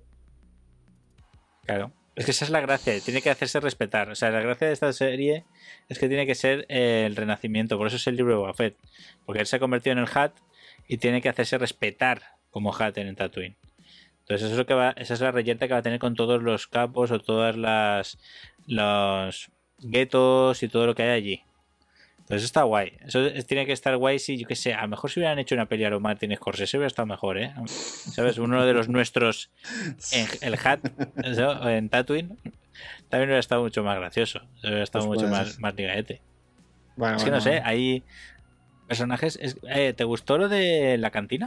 Claro. Es que esa es la gracia, tiene que hacerse respetar. O sea, la gracia de esta serie es que tiene que ser eh, el renacimiento. Por eso es el libro de Boba Fett. Porque él se ha convertido en el Hat y tiene que hacerse respetar como Hat en Tatooine. Entonces eso es lo que va, esa es la reyerta que va a tener con todos los capos o todas las los guetos y todo lo que hay allí. Entonces está guay. Eso es- tiene que estar guay si, yo qué sé, a lo mejor si hubieran hecho una peli a lo Martin Scorsese hubiera estado mejor, ¿eh? ¿Sabes? Uno de los nuestros en el Hat, ¿no? En Tatooine, también hubiera estado mucho más gracioso. Hubiera estado Pues mucho puede más, ser. más ligaete. Bueno, Es que no bueno. sé, hay personajes... es- eh, ¿Te gustó lo de la cantina?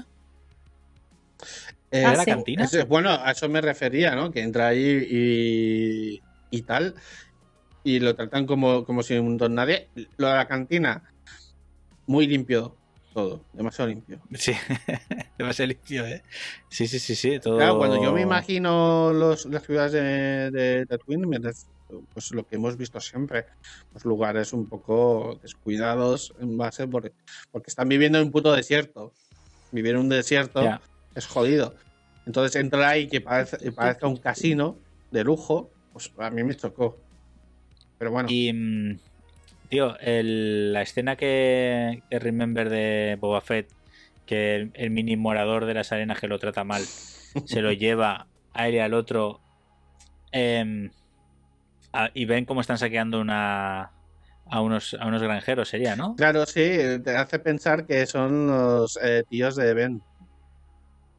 Eh, Ah, ¿De la sí. cantina? Eso- bueno, a eso me refería, ¿no? Que entra ahí y, y tal, y lo tratan como, como si un don nadie. Lo de la cantina, muy limpio todo, demasiado limpio. Sí, demasiado limpio, ¿eh? Sí, sí, sí, sí. Todo... Claro, cuando yo me imagino los, las ciudades de, de Tatooine, me ref- pues lo que hemos visto siempre, los lugares un poco descuidados en base por- porque están viviendo en un puto desierto. Vivir en un desierto Ya. es jodido. Entonces entrar ahí que parece, que parezca un casino de lujo, pues a mí me chocó. Pero bueno, Y, mm, tío, el- la escena que, que Remember de Boba Fett, que el, el mini morador de las arenas que lo trata mal, se lo lleva a él y al otro em, a- y ven cómo están saqueando una a unos, a unos granjeros, sería, ¿no? claro, sí, te hace pensar que son los eh, tíos de Ben.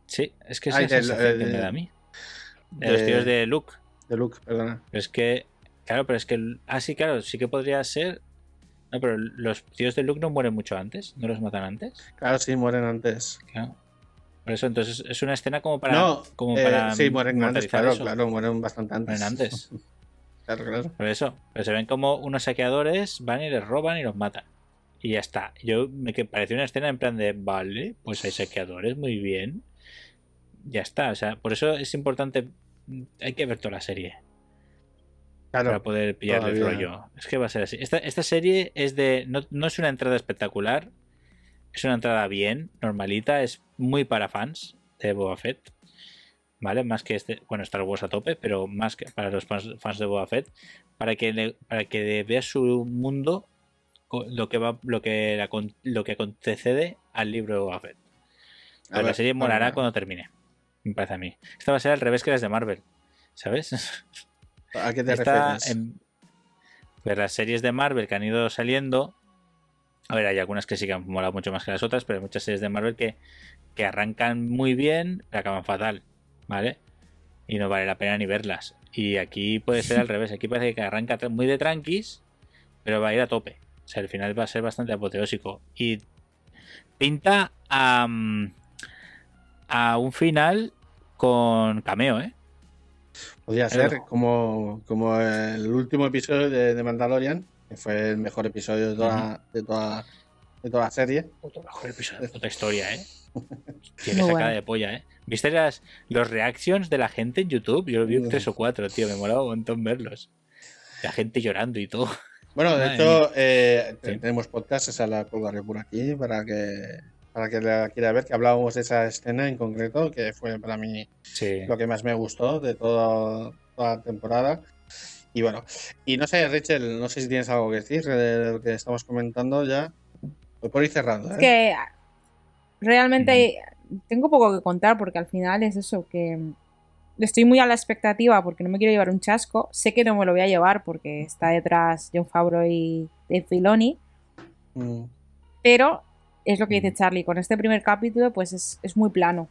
Sí, es que es Ay, la del- sensación que el- me da a mí. De, de- los tíos de Luke. De Luke, perdona. Pero es que, claro, pero es que, el- ah, sí, claro, sí que podría ser. No, pero los tíos de Luke no mueren mucho antes, no los matan antes. Claro, sí, mueren antes. Claro. Por eso, entonces es una escena como para. no, como eh, para sí, mueren antes, inmortalizar claro, eso. claro, mueren bastante antes. Mueren antes. Claro, claro. Por eso. Pero se ven como unos saqueadores van y les roban y los matan. Y ya está. Yo me que pareció una escena en plan de, vale, pues hay saqueadores, muy bien. Ya está. O sea, por eso es importante. Hay que ver toda la serie. Claro, Para poder pillar el todavía. rollo. Es que va a ser así. Esta, esta serie es de. No, no es una entrada espectacular. Es una entrada bien, normalita. Es muy para fans de Boba Fett. ¿Vale? Más que este. Bueno, Star Wars a tope, pero más que para los fans, fans de Boba Fett. Para que, le- para que veas su mundo. co- Lo que va. Lo que, la con- lo que antecede al libro de Boba Fett. A Pero la ver, serie molará a ver, cuando termine. Me parece a mí. Esta va a ser al revés que las de Marvel. ¿Sabes? ¿A qué te Está refieres? en pues las series de Marvel que han ido saliendo. A ver, hay algunas que sí que han molado mucho más que las otras, pero hay muchas series de Marvel que, que arrancan muy bien, pero acaban fatal, ¿vale? Y no vale la pena ni verlas. Y aquí puede ser al revés. Aquí parece que arranca tra- muy de tranquis, pero va a ir a tope. O sea, el final va a ser bastante apoteósico. Y pinta a, mm, a un final con cameo, ¿eh? Podría ser como, como el último episodio de, de Mandalorian, que fue el mejor episodio de toda, de toda, de toda la serie. Otro mejor episodio, otra historia, ¿eh? Tiene Muy esa bueno. cara de polla, ¿eh? ¿Viste las, los reactions de la gente en YouTube? Yo vi Uf. tres o cuatro, tío. Me molaba un montón verlos. La gente llorando y todo. Bueno, de Madre hecho, eh, Sí. tenemos podcast, esa la colgaré por aquí para que para que la quiera ver, que hablábamos de esa escena en concreto, que fue para mí Sí. lo que más me gustó de toda, toda la temporada. Y bueno, y no sé, Rachel, no sé si tienes algo que decir de lo que estamos comentando ya. Voy por ir cerrando, ¿eh? Es que realmente tengo poco que contar porque al final es eso, que estoy muy a la expectativa porque no me quiero llevar un chasco. Sé que no me lo voy a llevar porque está detrás Jon Favreau y Dave Filoni, Mm, pero es lo que dice Charlie, con este primer capítulo pues es, es muy plano.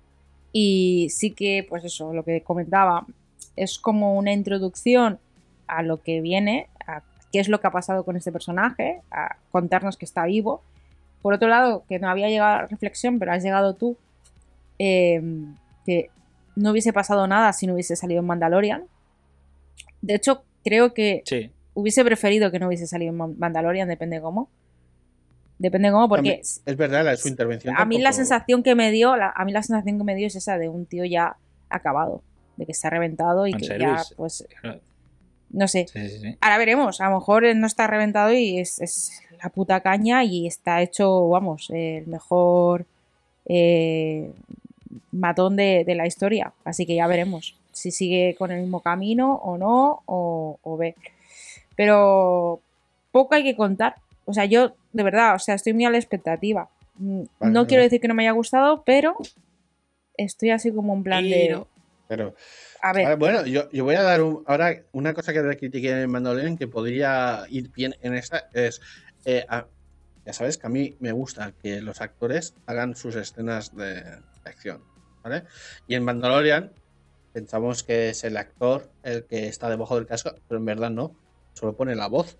Y sí que, pues eso, lo que comentaba, es como una introducción a lo que viene, a qué es lo que ha pasado con este personaje, a contarnos que está vivo. Por otro lado, que no había llegado a la reflexión, pero has llegado tú, eh, que no hubiese pasado nada si no hubiese salido en Mandalorian. De hecho, creo que Sí. hubiese preferido que no hubiese salido en Man- Mandalorian, depende cómo. Depende cómo, porque también- es verdad, la, su intervención. a mí la tampoco- sensación que me dio, la- a mí la sensación que me dio es esa de un tío ya acabado, de que está reventado y que ya, Fanservice. pues, Claro. no sé. Sí, sí, sí. Ahora veremos, a lo mejor no está reventado y es, es la puta caña y está hecho, vamos, el mejor eh, matón de, de la historia. Así que ya veremos si sigue con el mismo camino o no, o, o ve. Pero poco hay que contar. O sea, yo, de verdad, o sea, estoy muy a la expectativa. Mm, Vale, no vale. quiero decir que no me haya gustado, pero estoy así como en plan de... Pero- Pero, A ver, ahora, bueno, yo, yo voy a dar un- ahora una cosa que le critiqué en Mandalorian que podría ir bien en esta es, eh, a- ya sabes que a mí me gusta que los actores hagan sus escenas de, de acción, ¿vale? Y en Mandalorian pensamos que es el actor el que está debajo del casco, pero en verdad no, solo pone la voz.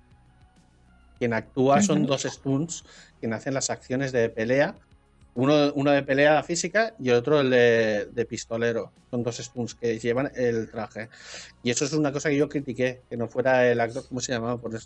Quien actúa son Ujú. dos stunts, quien hacen las acciones de pelea. Uno, uno de pelea física y el otro el de, de pistolero. Son dos stunts que llevan el traje. Y eso es una cosa que yo critiqué, que no fuera el actor, ¿cómo se llamaba? Por eso.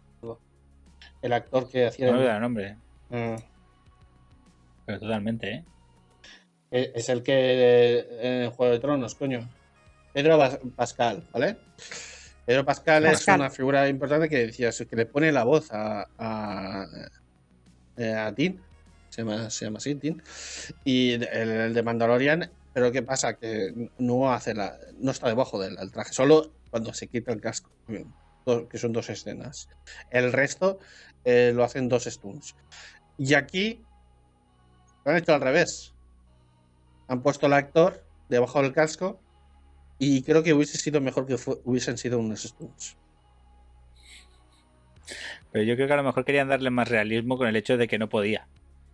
El actor que hacía... No me da nombre, Mm, pero totalmente, ¿eh? es el que en Juego de Tronos, coño. Pedro Pas- Pascal, ¿vale? Pedro Pascal, Pascal. es una figura importante que decías que le pone la voz a, a, eh, a Tin. Se llama, se llama así, Tin. Y el, el de Mandalorian, pero ¿qué pasa? Que no hace la, no está debajo del, del traje, solo cuando se quita el casco, que son dos escenas. El resto eh, lo hacen dos stunts. Y aquí lo han hecho al revés. Han puesto al actor debajo del casco y creo que hubiese sido mejor que fu- hubiesen sido unos stunts. Pero yo creo que a lo mejor querían darle más realismo con el hecho de que no podía.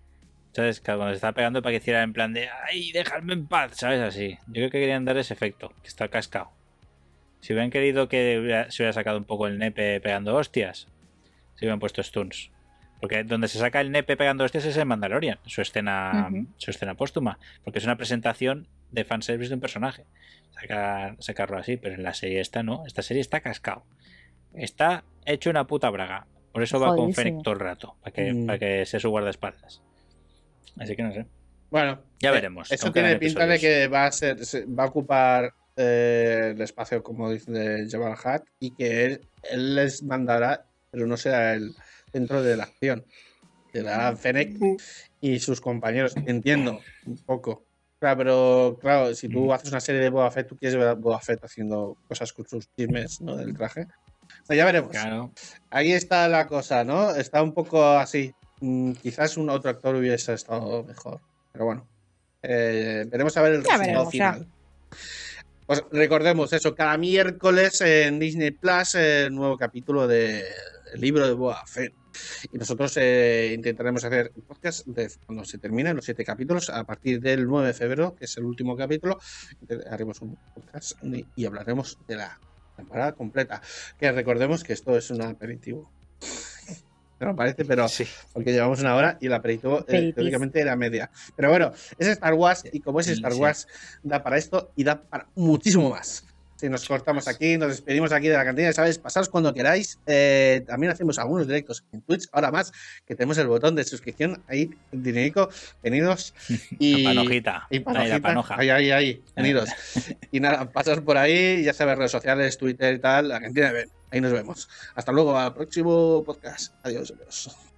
¿Sabes? Cuando se estaba pegando para que hiciera en plan de ¡ay, dejadme en paz! ¿Sabes? Así. Yo creo que querían dar ese efecto, que está cascado. Si hubieran querido que hubiera- se hubiera sacado un poco el nepe pegando hostias, se hubieran puesto stuns. Porque donde se saca el nepe pegando hostias es en Mandalorian, su escena, Ujú. su escena póstuma. Porque es una presentación de fanservice de un personaje. Sacar, sacarlo así, pero en la serie esta no. Esta serie está cascado. Está hecho una puta braga. Por eso va con Jodidísimo. Fennec todo el rato. Para que, Mm. para que sea su guardaespaldas. Así que no sé. Bueno, Ya eh, veremos. Eso Aún tiene quedan pinta de episodios. que va a ser, se- va a ocupar eh, el espacio, como dice de Jabba the Hutt, y que él, él les mandará, pero no será el centro de la acción. Será Fennec y sus compañeros. Entiendo un poco. Claro, pero claro, si tú Mm. haces una serie de Boba Fett, tú quieres ver a Boba Fett haciendo cosas con sus chismes, ¿no? Del traje. Pues ya veremos. Claro. Ahí está la cosa, ¿no? Está un poco así. Mm, quizás un otro actor hubiese estado mejor. Pero bueno. Eh, veremos a ver el Ya resultado veremos, ya. final. Pues recordemos eso, cada miércoles en Disney Plus, el nuevo capítulo del libro de Boba Fett. Y nosotros eh, intentaremos hacer un podcast de cuando se terminen los siete capítulos, a partir del nueve de febrero, que es el último capítulo, haremos un podcast y, y hablaremos de la temporada completa. Que recordemos que esto es un aperitivo. No me parece, pero Sí. porque llevamos una hora y el aperitivo eh, Aperitif. teóricamente era media. Pero bueno, es Star Wars y como es Sí, Star sí. Wars, da para esto y da para muchísimo más. Si nos cortamos aquí, nos despedimos aquí de la cantina, ¿sabes? Pasaros cuando queráis. Eh, también hacemos algunos directos en Twitch, ahora más, que tenemos el botón de suscripción ahí, dinerico, venidos. Y, La panojita. y Ahí, panojita. la panoja. Ahí, ahí, ahí, venidos. Y nada, pasaros por ahí, ya sabes, redes sociales, Twitter y tal, la cantina de Ben. Ahí nos vemos. Hasta luego, al próximo podcast. Adiós, adiós.